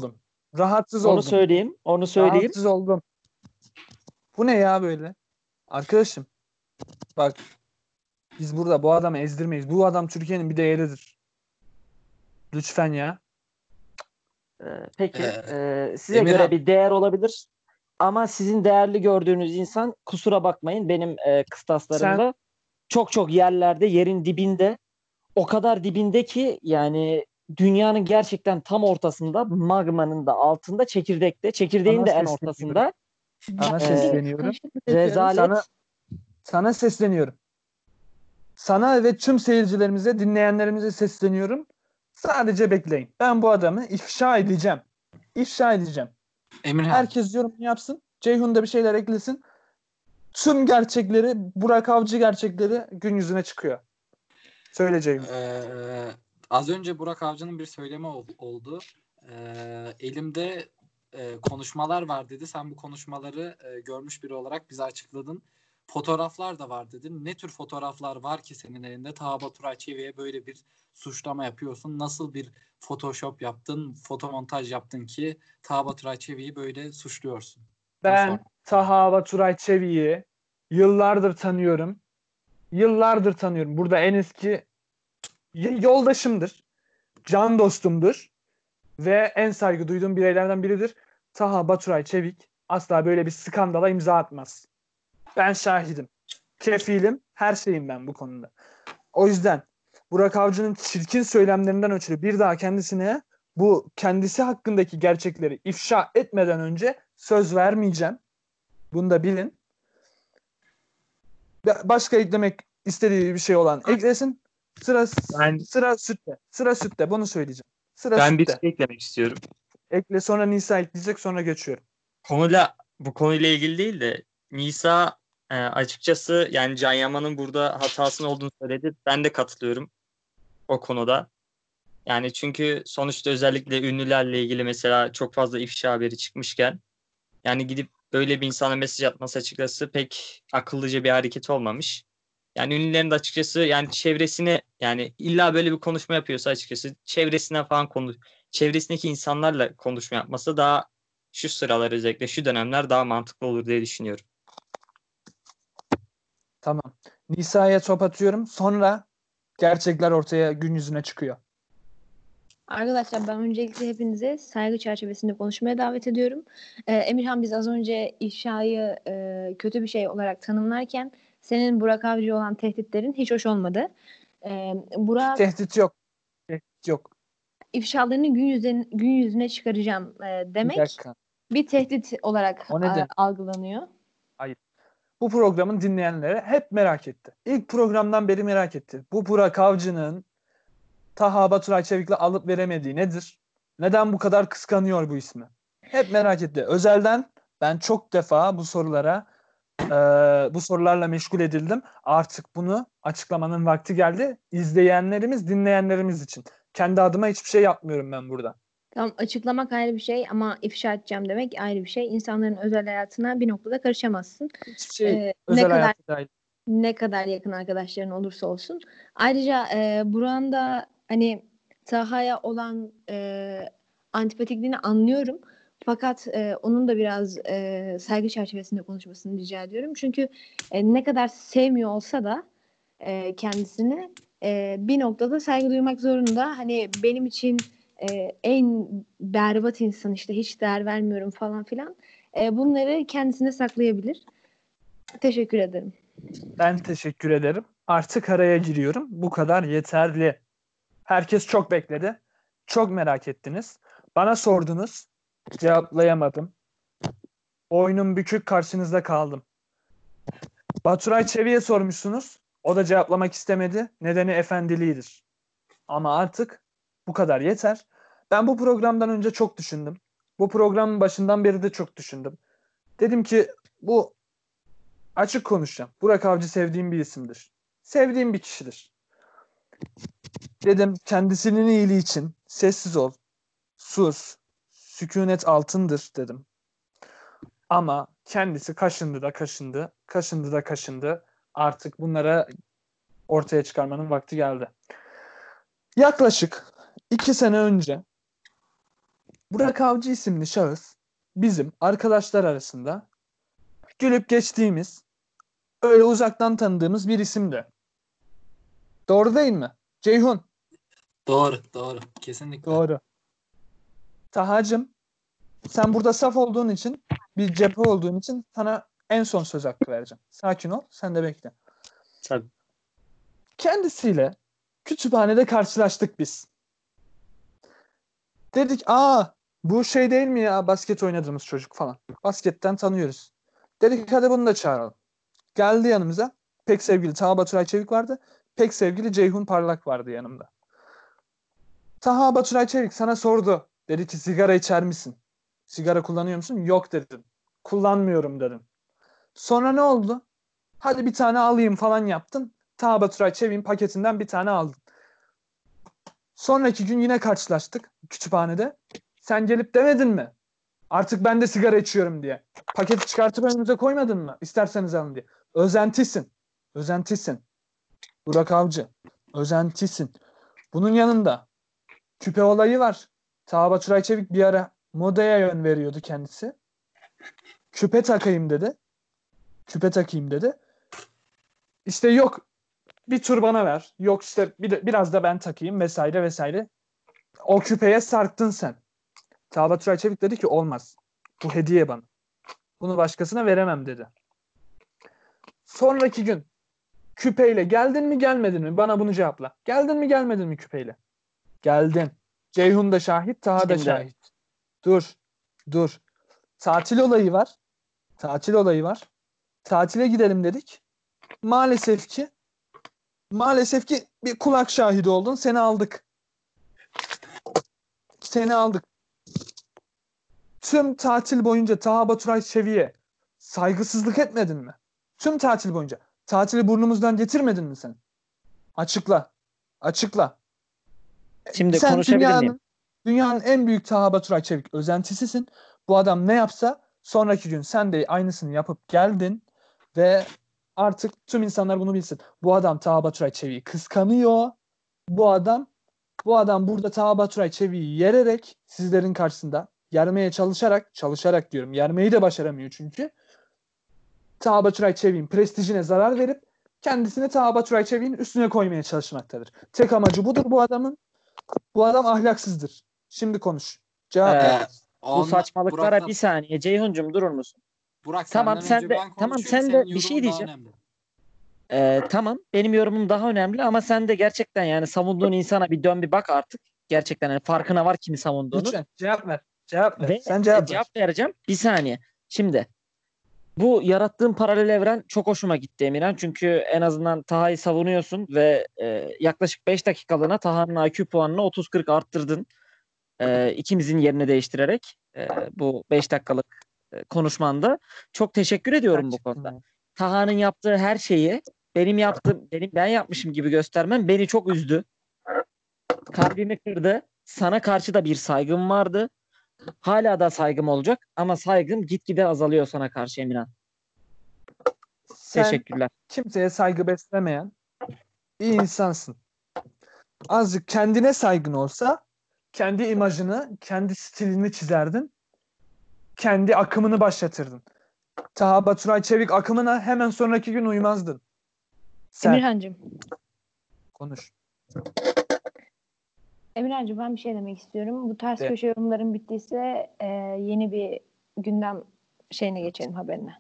Rahatsız Onu oldum. söyleyeyim. Onu söyleyeyim. Rahatsız oldum. Bu ne ya böyle? Arkadaşım bak, biz burada bu adamı ezdirmeyiz. Bu adam Türkiye'nin bir değeridir. Lütfen ya. Peki. Ee, Size Emirhan. göre bir değer olabilir. Ama sizin değerli gördüğünüz insan, kusura bakmayın, benim kıstaslarımda çok çok yerlerde, yerin dibinde, o kadar dibinde ki yani dünyanın gerçekten tam ortasında, magmanın da altında, çekirdekte, çekirdeğin Sana de en sesleniyorum. ortasında Sana Ciddi sesleniyorum. teşekkür ediyorum. rezalet. Sana sesleniyorum. Sana ve tüm seyircilerimize, dinleyenlerimize sesleniyorum. Sadece bekleyin. Ben bu adamı ifşa edeceğim. İfşa edeceğim. Emirhan. Herkes yorum yapsın. Ceyhun da bir şeyler eklesin. Tüm gerçekleri, Burak Avcı gerçekleri gün yüzüne çıkıyor. Söyle Ceyhun. Az önce Burak Avcı'nın bir söylemi oldu. Elimde konuşmalar var dedi. Sen bu konuşmaları görmüş biri olarak bize açıkladın. Fotoğraflar da var dedin. Ne tür fotoğraflar var ki senin elinde? Taha Baturay Çevik'e böyle bir suçlama yapıyorsun. Nasıl bir Photoshop yaptın, fotomontaj yaptın ki Taha Baturay Çevik'i böyle suçluyorsun? Ben Taha Baturay Çevik'i yıllardır tanıyorum. Yıllardır tanıyorum. Burada en eski yoldaşımdır. Can dostumdur. Ve en saygı duyduğum bireylerden biridir. Taha Baturay Çevik asla böyle bir skandala imza atmaz. Ben şahidim. Kefilim. Her şeyim ben bu konuda. O yüzden Burak Avcı'nın çirkin söylemlerinden ötürü bir daha kendisine bu kendisi hakkındaki gerçekleri ifşa etmeden önce söz vermeyeceğim. Bunu da bilin. Başka eklemek istediği bir şey olan eklesin. Sıra sütte. Sıra sütte. Bunu söyleyeceğim. Sıra Ben bir sütte. şey eklemek istiyorum. Ekle, sonra Nisa ekleyecek, sonra geçiyorum. Bu konuyla ilgili değil de Nisa açıkçası yani Can Yaman'ın burada hatasının olduğunu söyledi. Ben de katılıyorum o konuda. Yani çünkü sonuçta özellikle ünlülerle ilgili mesela çok fazla ifşa haberi çıkmışken yani gidip böyle bir insana mesaj atması açıkçası pek akıllıca bir hareket olmamış. Yani ünlülerin de açıkçası yani çevresine yani illa böyle bir konuşma yapıyorsa açıkçası çevresindeki insanlarla konuşma yapması daha şu sıralar özellikle şu dönemler daha mantıklı olur diye düşünüyorum. Tamam. Nisa'ya top atıyorum. Sonra gerçekler ortaya gün yüzüne çıkıyor. Arkadaşlar ben öncelikle hepinize saygı çerçevesinde konuşmaya davet ediyorum. Emirhan, biz az önce ifşayı kötü bir şey olarak tanımlarken senin Burak Avcı olan tehditlerin hiç hoş olmadı. Burak Tehdit yok. Tehdit yok. ifşalarını gün yüzüne çıkaracağım Bir demek dakika. bir tehdit olarak O ne demek? algılanıyor. Bu programın dinleyenleri hep merak etti. İlk programdan beri merak etti. Bu Burak Avcı'nın Taha Baturay Çevik'le alıp veremediği nedir? Neden bu kadar kıskanıyor bu ismi? Hep merak etti. Özelden ben çok defa bu sorularla meşgul edildim. Artık bunu açıklamanın vakti geldi. İzleyenlerimiz, dinleyenlerimiz için. Kendi adıma hiçbir şey yapmıyorum ben burada. Tamam, açıklamak ayrı bir şey ama ifşa edeceğim demek ayrı bir şey. İnsanların özel hayatına bir noktada karışamazsın. Hiçbir şey ne kadar hayata dair. ne kadar yakın arkadaşların olursa olsun. Ayrıca Burak'ın da hani Taha'ya olan antipatikliğini anlıyorum. Fakat onun da biraz saygı çerçevesinde konuşmasını rica ediyorum. Çünkü ne kadar sevmiyor olsa da kendisini bir noktada saygı duymak zorunda. Hani benim için en berbat insan, işte hiç değer vermiyorum falan filan. Bunları kendisine saklayabilir. Teşekkür ederim. Ben teşekkür ederim. Artık araya giriyorum. Bu kadar yeterli. Herkes çok bekledi. Çok merak ettiniz. Bana sordunuz. Cevaplayamadım. Boynum bükük karşınızda kaldım. Baturay Çevik'e sormuşsunuz. O da cevaplamak istemedi. Nedeni efendiliğidir. Ama artık bu kadar yeter. Ben bu programdan önce çok düşündüm. Bu programın başından beri de çok düşündüm. Dedim ki bu açık konuşacağım. Burak Avcı sevdiğim bir isimdir. Sevdiğim bir kişidir. Dedim kendisinin iyiliği için sessiz ol, sus, sükunet altındır dedim. Ama kendisi kaşındı da kaşındı, kaşındı da kaşındı. Artık bunlara ortaya çıkarmanın vakti geldi. Yaklaşık 2 sene önce Burak Avcı isimli şahıs bizim arkadaşlar arasında gülüp geçtiğimiz, öyle uzaktan tanıdığımız bir isimdi. Doğru değil mi? Ceyhun. Doğru. Kesinlikle. Doğru. Tahacığım, sen burada saf olduğun için, bir cephe olduğun için sana en son söz hakkı vereceğim. Sakin ol, sen de bekle. Tabii. Kendisiyle kütüphanede karşılaştık biz. Dedik, bu şey değil mi ya, basket oynadığımız çocuk falan. Basketten tanıyoruz. Dedik hadi bunu da çağıralım. Geldi yanımıza. Pek sevgili Taha Baturay Çevik vardı. Pek sevgili Ceyhun Parlak vardı yanımda. Taha Baturay Çevik sana sordu. Dedi ki sigara içer misin? Sigara kullanıyor musun? Yok dedim. Kullanmıyorum dedim. Sonra ne oldu? Hadi bir tane alayım falan yaptın. Taha Baturay Çevik'in paketinden bir tane aldın. Sonraki gün yine karşılaştık kütüphanede. Sen gelip demedin mi? Artık ben de sigara içiyorum diye. Paketi çıkartıp önümüze koymadın mı? İsterseniz alın diye. Özentisin. Özentisin. Burak Avcı. Özentisin. Bunun yanında küpe olayı var. Taha Baturay Çevik bir ara modaya yön veriyordu kendisi. Küpe takayım dedi. Küpe takayım dedi. İşte yok bir tur bana ver. Yok işte biraz da ben takayım vesaire vesaire. O küpeye sarktın sen. Taha Baturay Çevik dedi ki olmaz. Bu hediye bana. Bunu başkasına veremem dedi. Sonraki gün küpeyle geldin mi gelmedin mi? Bana bunu cevapla. Geldin mi gelmedin mi küpeyle? Geldin. Ceyhun da şahit, Taha da Şimdi. şahit. Dur. Tatil olayı var. Tatile gidelim dedik. Maalesef ki bir kulak şahidi oldun. Seni aldık. Tüm tatil boyunca Taha Baturay Çevik'e saygısızlık etmedin mi? Tüm tatil boyunca. Tatili burnumuzdan getirmedin mi sen? Açıkla. Şimdi Sen konuşabilir miyim? dünyanın en büyük Taha Baturay Çevik özentisisin. Bu adam ne yapsa sonraki gün sen de aynısını yapıp geldin ve artık tüm insanlar bunu bilsin. Bu adam Taha Baturay Çevik'i kıskanıyor. Bu adam burada Taha Baturay Çevik'i yererek sizlerin karşısında yermeye çalışarak diyorum. Yermeyi de başaramıyor çünkü. Taha Baturay Çevik'in prestijine zarar verip kendisini Taha Baturay Çevik'in üstüne koymaya çalışmaktadır. Tek amacı budur bu adamın. Bu adam ahlaksızdır. Şimdi konuş. Cevap ver. Bu saçmalıklara Burak'tan- bir saniye. Ceyhun'cum durur musun? Burak Tamam, senden sen önce de- ben tamam, konuşuyorum. sen de Senin bir şey yorumun daha diyeceğim. önemli. Tamam, benim yorumum daha önemli ama sen de gerçekten yani savunduğun insana bir dön bir bak artık. Gerçekten yani farkına var kimi savunduğunu. Lütfen cevap ver. Ve Sen cevap ver. cevap vereceğim. Bir saniye. Şimdi bu yarattığın paralel evren çok hoşuma gitti Emirhan. Çünkü en azından Taha'yı savunuyorsun ve yaklaşık 5 dakikalığına Taha'nın IQ puanını 30-40 arttırdın. İkimizin yerini değiştirerek bu 5 dakikalık konuşmanda. Çok teşekkür ediyorum bu konuda. Taha'nın yaptığı her şeyi ben yapmışım gibi göstermem beni çok üzdü. Kalbimi kırdı. Sana karşı da bir saygım vardı. Hala da saygım olacak ama saygım gitgide azalıyor sana karşı Emirhan. Sen Teşekkürler. kimseye saygı beslemeyen bir insansın. Azıcık kendine saygın olsa kendi imajını, kendi stilini çizerdin. Kendi akımını başlatırdın. Taha Baturay Çevik akımına hemen sonraki gün uymazdın. Sen Emirhancığım. konuş. Emirhancığım ben bir şey demek istiyorum. Bu ters De. köşe yorumların bittiyse yeni bir gündem şeyine geçelim, haberine.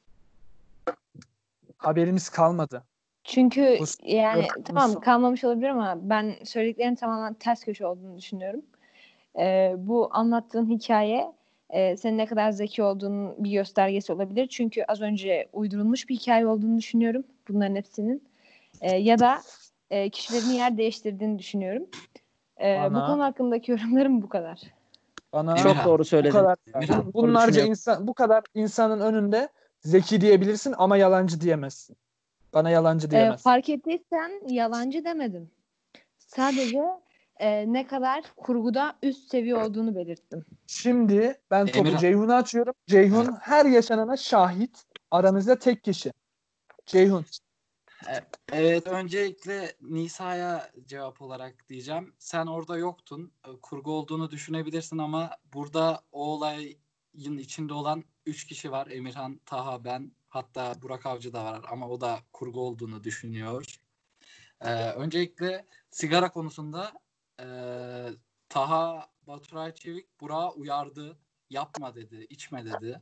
Haberimiz kalmadı. Çünkü Bu yani söz tamam konusu. kalmamış olabilir ama ben söylediklerinin tamamen ters köşe olduğunu düşünüyorum. Bu anlattığın hikaye senin ne kadar zeki olduğunun bir göstergesi olabilir. Çünkü az önce uydurulmuş bir hikaye olduğunu düşünüyorum bunların hepsinin. Ya da kişilerin yer değiştirdiğini düşünüyorum. Bu Bana- konu hakkındaki yorumlarım bu kadar. Bana Emirhan, Çok doğru bu söyledin. kadar Emirhan, bunlarca düşünüyorum. insan, bu kadar insanın önünde zeki diyebilirsin ama yalancı diyemezsin. Bana yalancı diyemezsin. Fark ettiysen yalancı demedim. Sadece ne kadar kurguda üst seviye olduğunu belirttim. Şimdi ben topu Emirhan. Ceyhun'a açıyorum. Ceyhun her yaşanana şahit. Aramızda tek kişi. Ceyhun. Evet, öncelikle Nisa'ya cevap olarak diyeceğim. Sen orada yoktun. Kurgu olduğunu düşünebilirsin ama burada o olayın içinde olan 3 kişi var. Emirhan, Taha, ben. Hatta Burak Avcı da var ama o da kurgu olduğunu düşünüyor. Öncelikle sigara konusunda Taha Baturay Çevik Burak'ı uyardı. Yapma dedi, içme dedi.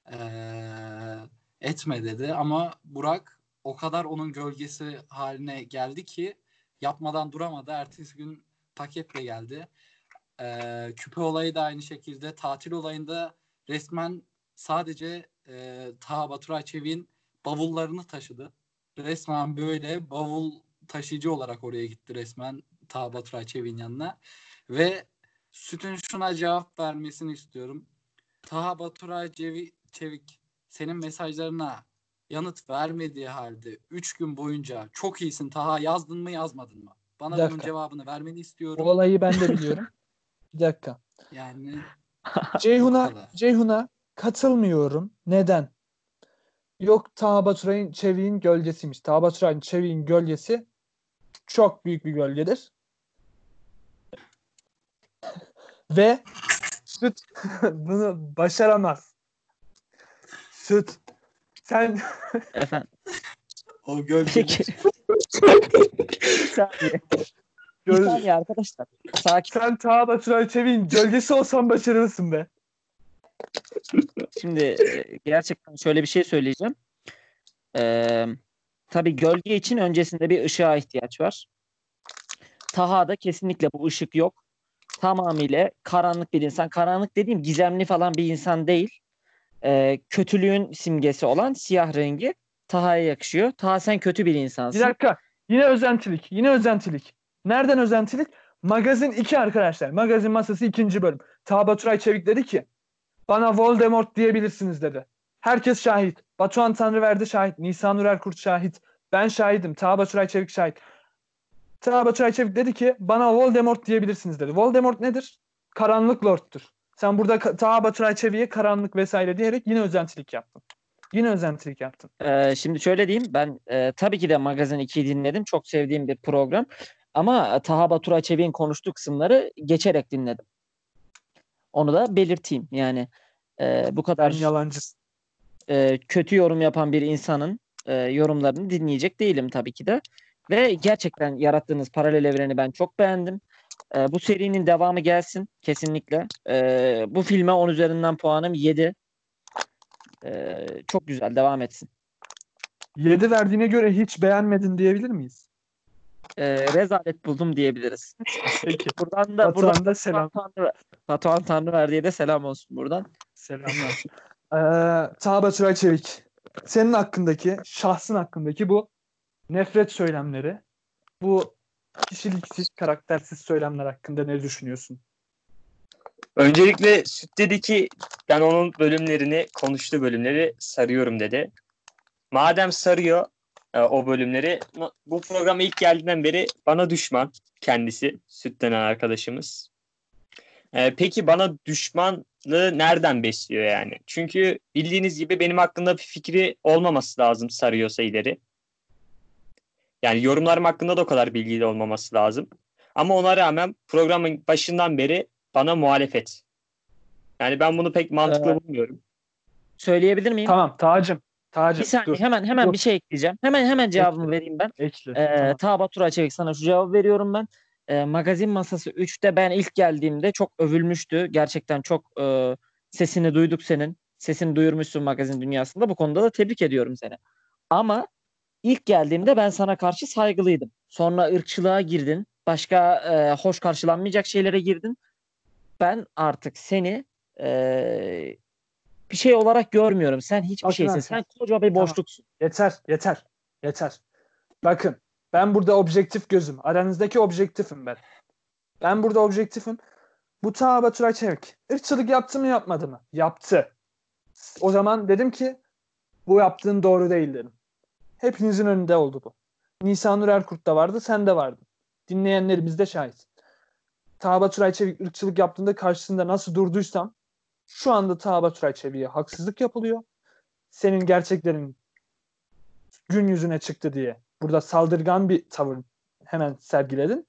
Etme dedi ama Burak o kadar onun gölgesi haline geldi ki yapmadan duramadı. Ertesi gün paketle geldi. Küpe olayı da aynı şekilde. Tatil olayında resmen sadece Taha Baturay Çevik'in bavullarını taşıdı. Resmen böyle bavul taşıyıcı olarak oraya gitti resmen Taha Baturay Çevik'in yanına. Ve Süt'ün şuna cevap vermesini istiyorum. Taha Baturay Çevik senin mesajlarına yanıt vermediği halde 3 gün boyunca çok iyisin Taha yazdın mı yazmadın mı? Bana Bir bunun dakika. cevabını vermeni O istiyorum. olayı ben de biliyorum. Bir dakika. Yani Ceyhun'a Bu kadar. Ceyhun'a katılmıyorum. Neden? Yok, Taha Baturay'ın Çevik'in gölgesiymiş. Taha Baturay'ın Çevik'in gölgesi çok büyük bir gölgedir. Ve Süt bunu başaramaz. Süt, sen Efendim. O gölge Peki. Bir saniye. Bir göl- saniye arkadaşlar. Sakin. sen Taha Baturay Çevik'in gölgesi olsan başarılırsın be. Şimdi gerçekten şöyle bir şey söyleyeceğim. Tabii gölge için öncesinde bir ışığa ihtiyaç var. Taha'da kesinlikle bu ışık yok. Tamamıyla karanlık bir insan. Karanlık dediğim gizemli falan bir insan değil. Kötülüğün simgesi olan siyah rengi Taha'ya yakışıyor. Taha sen kötü bir Bir insansın. dakika. Yine özentilik. Yine özentilik. Nereden özentilik? Magazin 2 arkadaşlar. Magazin Masası 2. bölüm. Taha Baturay Çevik dedi ki bana Voldemort diyebilirsiniz dedi. Herkes şahit. Batuhan Tanrıverdi şahit. Nisan Nur Erkurt şahit. Ben şahidim. Taha Baturay Çevik şahit. Taha Baturay Çevik dedi ki bana Voldemort diyebilirsiniz dedi. Voldemort nedir? Karanlık Lord'tur. Sen burada Taha Baturay Çevik'e karanlık vesaire diyerek yine özentilik yaptın. Yine özentilik yaptın. Şimdi şöyle diyeyim. Ben tabii ki de Magazin 2'yi dinledim. Çok sevdiğim bir program. Ama Taha Baturay Çevik'in konuştuğu kısımları geçerek dinledim. Onu da belirteyim. Yani bu Ben kadar yalancısın. kötü yorum yapan bir insanın yorumlarını dinleyecek değilim tabii ki de. Ve gerçekten yarattığınız paralel evreni ben çok beğendim. Bu serinin devamı gelsin kesinlikle. Bu filme 10 üzerinden puanım 7. Çok güzel, devam etsin. 7 verdiğine göre hiç beğenmedin diyebilir miyiz? Rezalet buldum diyebiliriz. Peki. Buradan da Batuhan da selam. Batuhan Tanrıverdi'ye de selam olsun buradan. Selamlar. Taha Baturay Çevik. Senin hakkındaki, şahsın hakkındaki bu nefret söylemleri, bu kişiliksiz, karaktersiz söylemler hakkında ne düşünüyorsun? Öncelikle Süt dedi ki ben onun bölümlerini, konuştuğu bölümleri sarıyorum dedi. Madem sarıyor o bölümleri, bu programa ilk geldiğinden beri bana düşman kendisi, Süt denen arkadaşımız. Peki bana düşmanlığı nereden besliyor yani? Çünkü bildiğiniz gibi benim hakkında bir fikri olmaması lazım sarıyorsa ileri. Yani yorumlarım hakkında da o kadar bilgili olmaması lazım. Ama ona rağmen programın başından beri bana muhalefet. Yani ben bunu pek mantıklı bulmuyorum. Söyleyebilir miyim? Tamam Taha'cığım. Bir saniye Dur. hemen Dur. bir şey ekleyeceğim. Hemen cevabımı vereyim ben. Ekle. Tamam. Taha Baturay Çevik, sana şu cevabı veriyorum ben. Magazin Masası 3'te ben ilk geldiğimde çok övülmüştü. Gerçekten çok sesini duyduk senin. Sesini duyurmuşsun magazin dünyasında. Bu konuda da tebrik ediyorum seni. Ama ilk geldiğimde ben sana karşı saygılıydım. Sonra ırkçılığa girdin. Başka hoş karşılanmayacak şeylere girdin. Ben artık seni bir şey olarak görmüyorum. Sen hiçbir Bakın şeysin. arkadaşlar. Sen koca bir Tamam. boşluksun. Yeter. Bakın, ben burada objektif gözüm. Aranızdaki objektifim ben. Ben burada objektifim. Bu Taha Baturay Çevik ırkçılık yaptı mı yapmadı mı? Yaptı. O zaman dedim ki bu yaptığın doğru değil dedim. Hepinizin önünde oldu bu. Nisan Nur Erkurt da vardı, sen de vardın. Dinleyenlerimiz de şahit. Taha Baturay Çevik ırkçılık yaptığında karşısında nasıl durduysam şu anda Taha Baturay Çevik'e haksızlık yapılıyor. Senin gerçeklerin gün yüzüne çıktı diye Burada saldırgan bir tavır hemen sergiledin.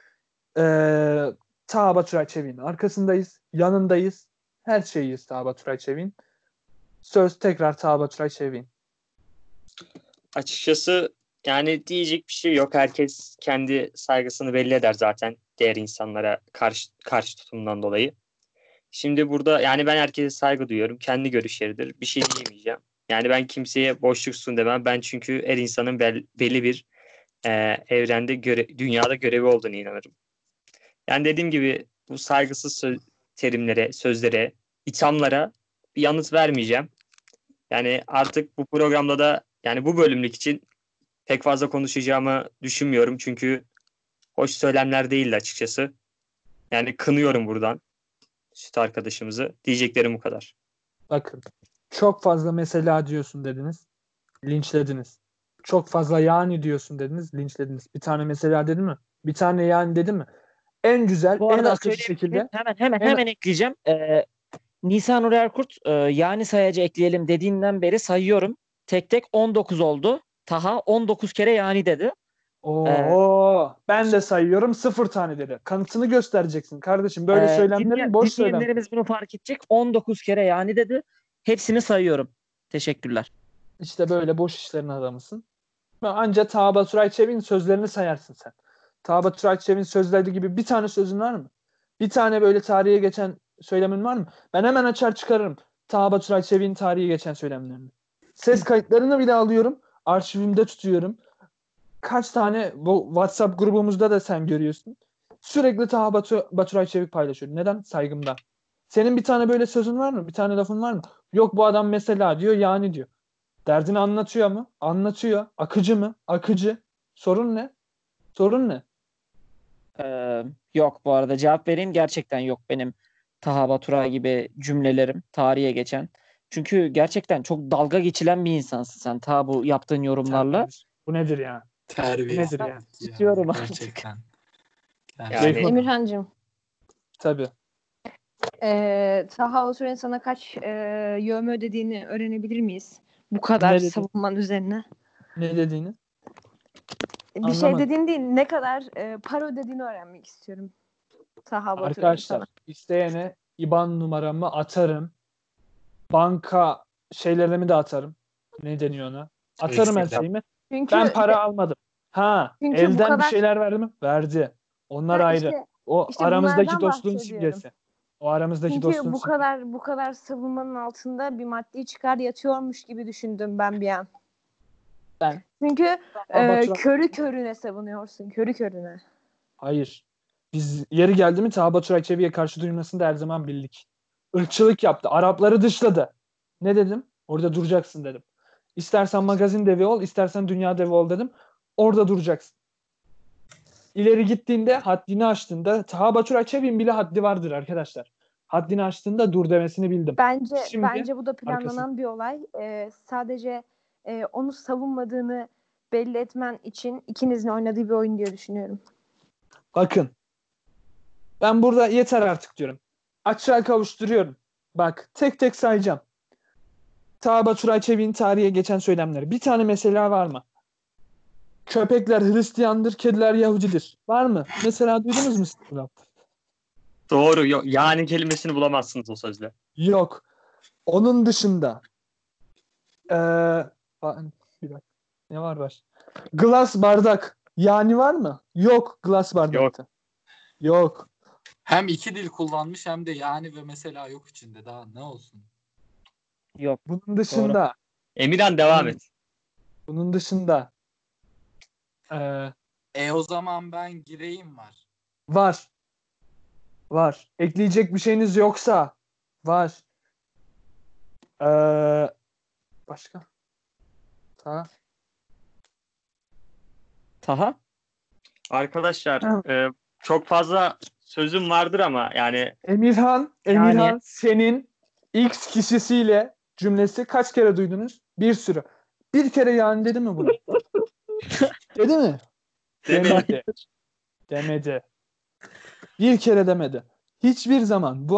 Taha Baturay Çevik'in arkasındayız. Yanındayız. Her şeyiz Taha Baturay Çevik'in. Söz tekrar Taha Baturay Çevik'in. Açıkçası yani diyecek bir şey yok. Herkes kendi saygısını belli eder zaten diğer insanlara karşı tutumundan dolayı. Şimdi burada yani ben herkese saygı duyuyorum. Kendi görüşleridir. Bir şey diyemeyeceğim. Yani ben kimseye boşluksun demem. Ben çünkü her insanın belli bir evrende dünyada görevi olduğunu inanırım. Yani dediğim gibi bu saygısız terimlere, sözlere, ithamlara bir yanıt vermeyeceğim. Yani artık bu programda da yani bu bölümlük için pek fazla konuşacağımı düşünmüyorum. Çünkü hoş söylemler değildi açıkçası. Yani kınıyorum buradan süt arkadaşımızı. Diyeceklerim bu kadar. Bakın. Çok fazla mesela diyorsun dediniz. Linçlediniz. Çok fazla yani diyorsun dediniz. Linçlediniz. Bir tane mesela dedi mi? Bir tane yani dedi mi? En güzel, Bu en arada akıcı şekilde. hemen ekleyeceğim. Nisan Nur Erkurt yani sayacı ekleyelim dediğinden beri sayıyorum. Tek tek 19 oldu. Taha 19 kere yani dedi. Ben de sayıyorum 0 tane dedi. Kanıtını göstereceksin kardeşim. Böyle söylemlerin boş söylem. Dinleyenlerimiz bunu fark edecek. 19 kere yani dedi. Hepsini sayıyorum. Teşekkürler. İşte böyle boş işlerin adamısın. Anca Taha Baturay Çevik'in sözlerini sayarsın sen. Taha Baturay Çevik'in sözleri gibi bir tane sözün var mı? Bir tane böyle tarihe geçen söylemin var mı? Ben hemen açar çıkarırım Taha Baturay Çevik'in tarihe geçen söylemlerini. Ses kayıtlarını bile alıyorum. Arşivimde tutuyorum. Kaç tane bu WhatsApp grubumuzda da sen görüyorsun. Sürekli Taha Baturay Çevik paylaşıyor. Neden? Saygımdan. Senin bir tane böyle sözün var mı? Bir tane lafın var mı? Yok bu adam mesela diyor yani diyor. Derdini anlatıyor mu? Anlatıyor. Akıcı mı? Akıcı. Sorun ne? Sorun ne? Yok bu arada cevap vereyim. Gerçekten yok benim Taha Baturay gibi cümlelerim tarihe geçen. Çünkü gerçekten çok dalga geçilen bir insansın sen Taha bu yaptığın yorumlarla. Bu nedir ya? Terbiye. Bu nedir ya? İstiyorum artık. Gerçekten. Yani Emirhancığım, Tabii. Taha Baturay'ın sana kaç yövme ödediğini öğrenebilir miyiz? Bu kadar Ne dedi? savunman üzerine. Ne dediğini? Bir şey Anlamadım. dediğin değil, ne kadar para ödediğini öğrenmek istiyorum. Taha Baturay'ın Arkadaşlar sana. isteyene IBAN numaramı atarım. Banka şeylerimi de atarım. Ne deniyor ona? Atarım her Eksikler. şeyimi. Çünkü Ben para almadım. Çünkü bu Elden bir kadar- şeyler verdi mi? Verdi. Onlar Ha, ayrı. işte- O işte aramızdaki bunlardan dostluğun bahsediyorum. simgesi. O aramızdaki Çünkü dostluğun bu simgesi. kadar savunmanın altında bir maddi çıkar yatıyormuş gibi düşündüm ben bir an. Ben- Çünkü Baturay- körü körüne savunuyorsun. Körü körüne. Hayır. Biz yeri geldi mi Taha Baturay Çevik'e karşı duymasını da her zaman bildik. Irkçılık yaptı. Arapları dışladı. Ne dedim? Orada duracaksın dedim. İstersen magazin devi ol, istersen dünya devi ol dedim. Orada duracaksın. İleri gittiğinde, haddini aştığında, Taha Baturay Çevik'in bile haddi vardır arkadaşlar. Haddini aştığında dur demesini bildim. Bence bu da planlanan bir olay. Sadece onu savunmadığını belli etmen için ikinizin oynadığı bir oyun diye düşünüyorum. Bakın. Ben burada yeter artık diyorum. Açığa kavuşturuyorum. Bak tek tek sayacağım. Taha Baturay Çevik'in tarihe geçen söylemleri. Bir tane mesela var mı? Köpekler Hristiyandır, kediler Yahudidir. Var mı? Mesela duydunuz mu siz bunu? doğru. Yok. Yani kelimesini bulamazsınız o sözle. Yok. Onun dışında bir dakika. Ne var baş? Glass bardak. Yani var mı? Yok glass bardakta. Yok. Hem iki dil kullanmış hem de yani ve mesela yok içinde. Daha ne olsun? Yok. Bunun dışında Emirhan devam et. bunun dışında O zaman ben gireyim var. var. Var. Ekleyecek bir şeyiniz yoksa var. Başka? Taha? Arkadaşlar çok fazla sözüm vardır ama yani Emirhan Yani- senin X kişisiyle cümlesi kaç kere duydunuz? Bir sürü. Bir kere yani dedi mi bunu? Dedi mi? demedi. Demedi. Bir kere demedi. Hiçbir zaman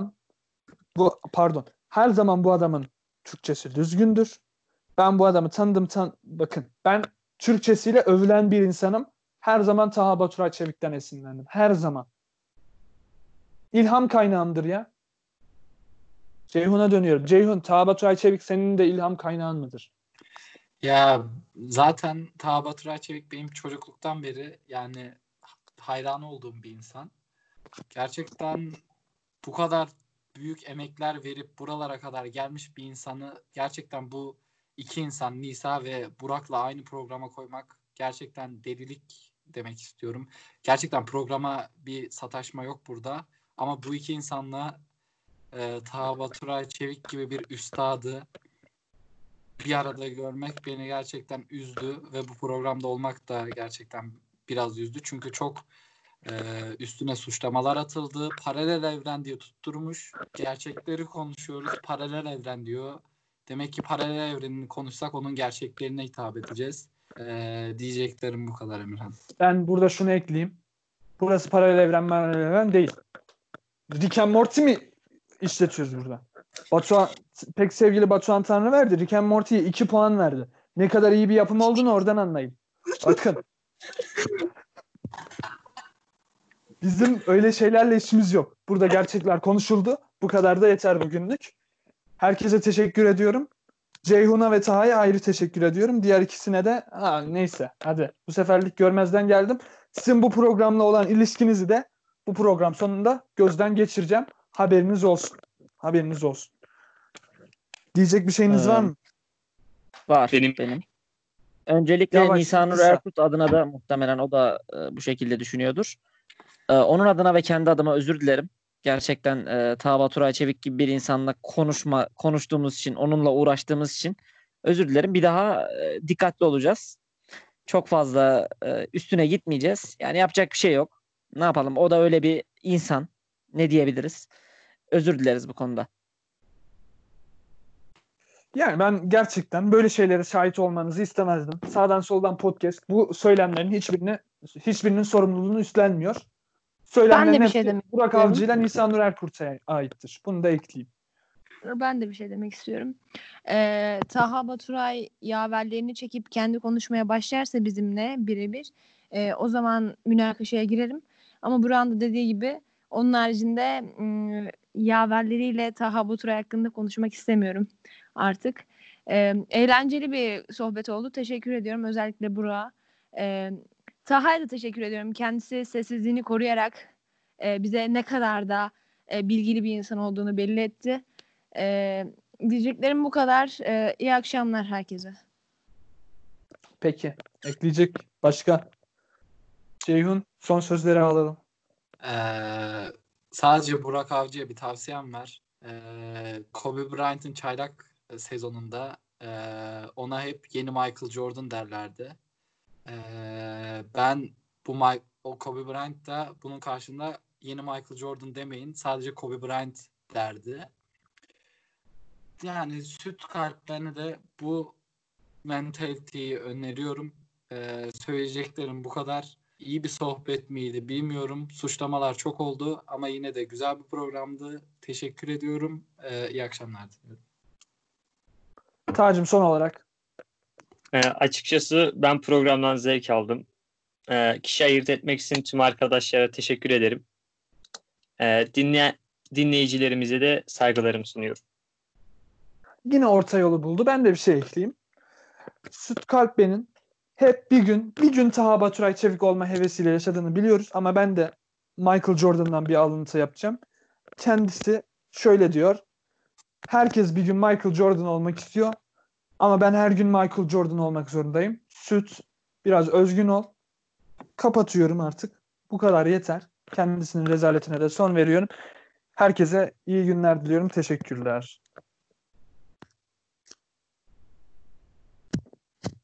her zaman bu adamın Türkçesi düzgündür. Ben bu adamı tanıdım. Bakın ben Türkçesiyle övülen bir insanım. Her zaman Taha Baturay Çevik'ten esinlendim. Her zaman. İlham kaynağımdır ya. Ceyhun'a dönüyorum. Ceyhun, Taha Baturay Çevik senin de ilham kaynağın mıdır? Ya zaten Taha Baturay Çevik benim çocukluktan beri yani hayran olduğum bir insan. Gerçekten bu kadar büyük emekler verip buralara kadar gelmiş bir insanı gerçekten bu iki insan Nisa ve Burak'la aynı programa koymak gerçekten delilik demek istiyorum. Gerçekten programa bir sataşma yok burada. Ama bu iki insanla Taha Baturay Çevik gibi bir üstadı bir arada görmek beni gerçekten üzdü ve bu programda olmak da gerçekten biraz üzdü. Çünkü çok üstüne suçlamalar atıldı. Paralel evren diye tutturmuş. Gerçekleri konuşuyoruz. Paralel evren diyor. Demek ki paralel evrenini konuşsak onun gerçeklerine hitap edeceğiz. Diyeceklerim bu kadar Emirhan. Ben burada şunu ekleyeyim. Burası paralel evren değil. Rick and Morty mi işletiyoruz burada? Batuhan, pek sevgili Batuhan Tanrıverdi Rick and Morty'ye 2 puan verdi. Ne kadar iyi bir yapım olduğunu oradan anlayın. Bakın. Bizim öyle şeylerle işimiz yok. Burada gerçekler konuşuldu. Bu kadar da yeter bugünlük. Herkese teşekkür ediyorum. Ceyhun'a ve Taha'ya ayrı teşekkür ediyorum. Diğer ikisine de neyse hadi. Bu seferlik görmezden geldim. Sizin bu programla olan ilişkinizi de bu program sonunda gözden geçireceğim. Haberiniz olsun. Haberiniz olsun. Diyecek bir şeyiniz var mı? Var Benim. benim. Öncelikle Yavaş, Nisanur Nisa. Erkut adına da muhtemelen o da bu şekilde düşünüyordur. Onun adına ve kendi adıma özür dilerim. Gerçekten Taha Baturay Çevik gibi bir insanla konuştuğumuz için, onunla uğraştığımız için özür dilerim. Bir daha dikkatli olacağız. Çok fazla üstüne gitmeyeceğiz. Yani yapacak bir şey yok. Ne yapalım? O da öyle bir insan. Ne diyebiliriz? Özür dileriz bu konuda. Yani ben gerçekten böyle şeylere şahit olmanızı istemezdim. Sağdan soldan podcast bu söylemlerin hiçbirinin sorumluluğunu üstlenmiyor. Ben de Söylemlerin bir şey hepsi demek Burak istiyorum. Avcı ile Nisanur Erkurt'a aittir. Bunu da ekleyeyim. Ben de bir şey demek istiyorum. Taha Baturay yaverlerini çekip kendi konuşmaya başlarsa bizimle birebir o zaman münakaşaya girerim. Ama Burak'ın da dediği gibi onun haricinde yaverleriyle Taha Baturay hakkında konuşmak istemiyorum artık. Eğlenceli bir sohbet oldu. Teşekkür ediyorum özellikle Burak'a. Taha'ya da teşekkür ediyorum. Kendisi sessizliğini koruyarak bize ne kadar da bilgili bir insan olduğunu belli etti. Diyeceklerim bu kadar. İyi akşamlar herkese. Peki. Ekleyecek başka? Ceyhun son sözleri alalım. Sadece Burak Avcı'ya bir tavsiyem var. Kobe Bryant'ın çaylak sezonunda ona hep yeni Michael Jordan derlerdi. Ben o Kobe Bryant da bunun karşılığında yeni Michael Jordan demeyin. Sadece Kobe Bryant derdi. Yani süt kalplerine de bu mentality'yi öneriyorum. Söyleyeceklerim bu kadar. İyi bir sohbet miydi bilmiyorum. Suçlamalar çok oldu ama yine de güzel bir programdı. Teşekkür ediyorum. İyi akşamlar diliyorum. Tacım son olarak. Açıkçası ben programdan zevk aldım. Kişi ayırt etmek için tüm arkadaşlara teşekkür ederim. Dinleyicilerimize de saygılarımı sunuyorum. Yine orta yolu buldu. Ben de bir şey ekleyeyim. Süt Kalpbe'nin hep bir gün Taha Baturay Çevik olma hevesiyle yaşadığını biliyoruz ama ben de Michael Jordan'dan bir alıntı yapacağım. Kendisi şöyle diyor. Herkes bir gün Michael Jordan olmak istiyor ama ben her gün Michael Jordan olmak zorundayım. Süt, biraz özgün ol. Kapatıyorum artık. Bu kadar yeter. Kendisinin rezaletine de son veriyorum. Herkese iyi günler diliyorum. Teşekkürler.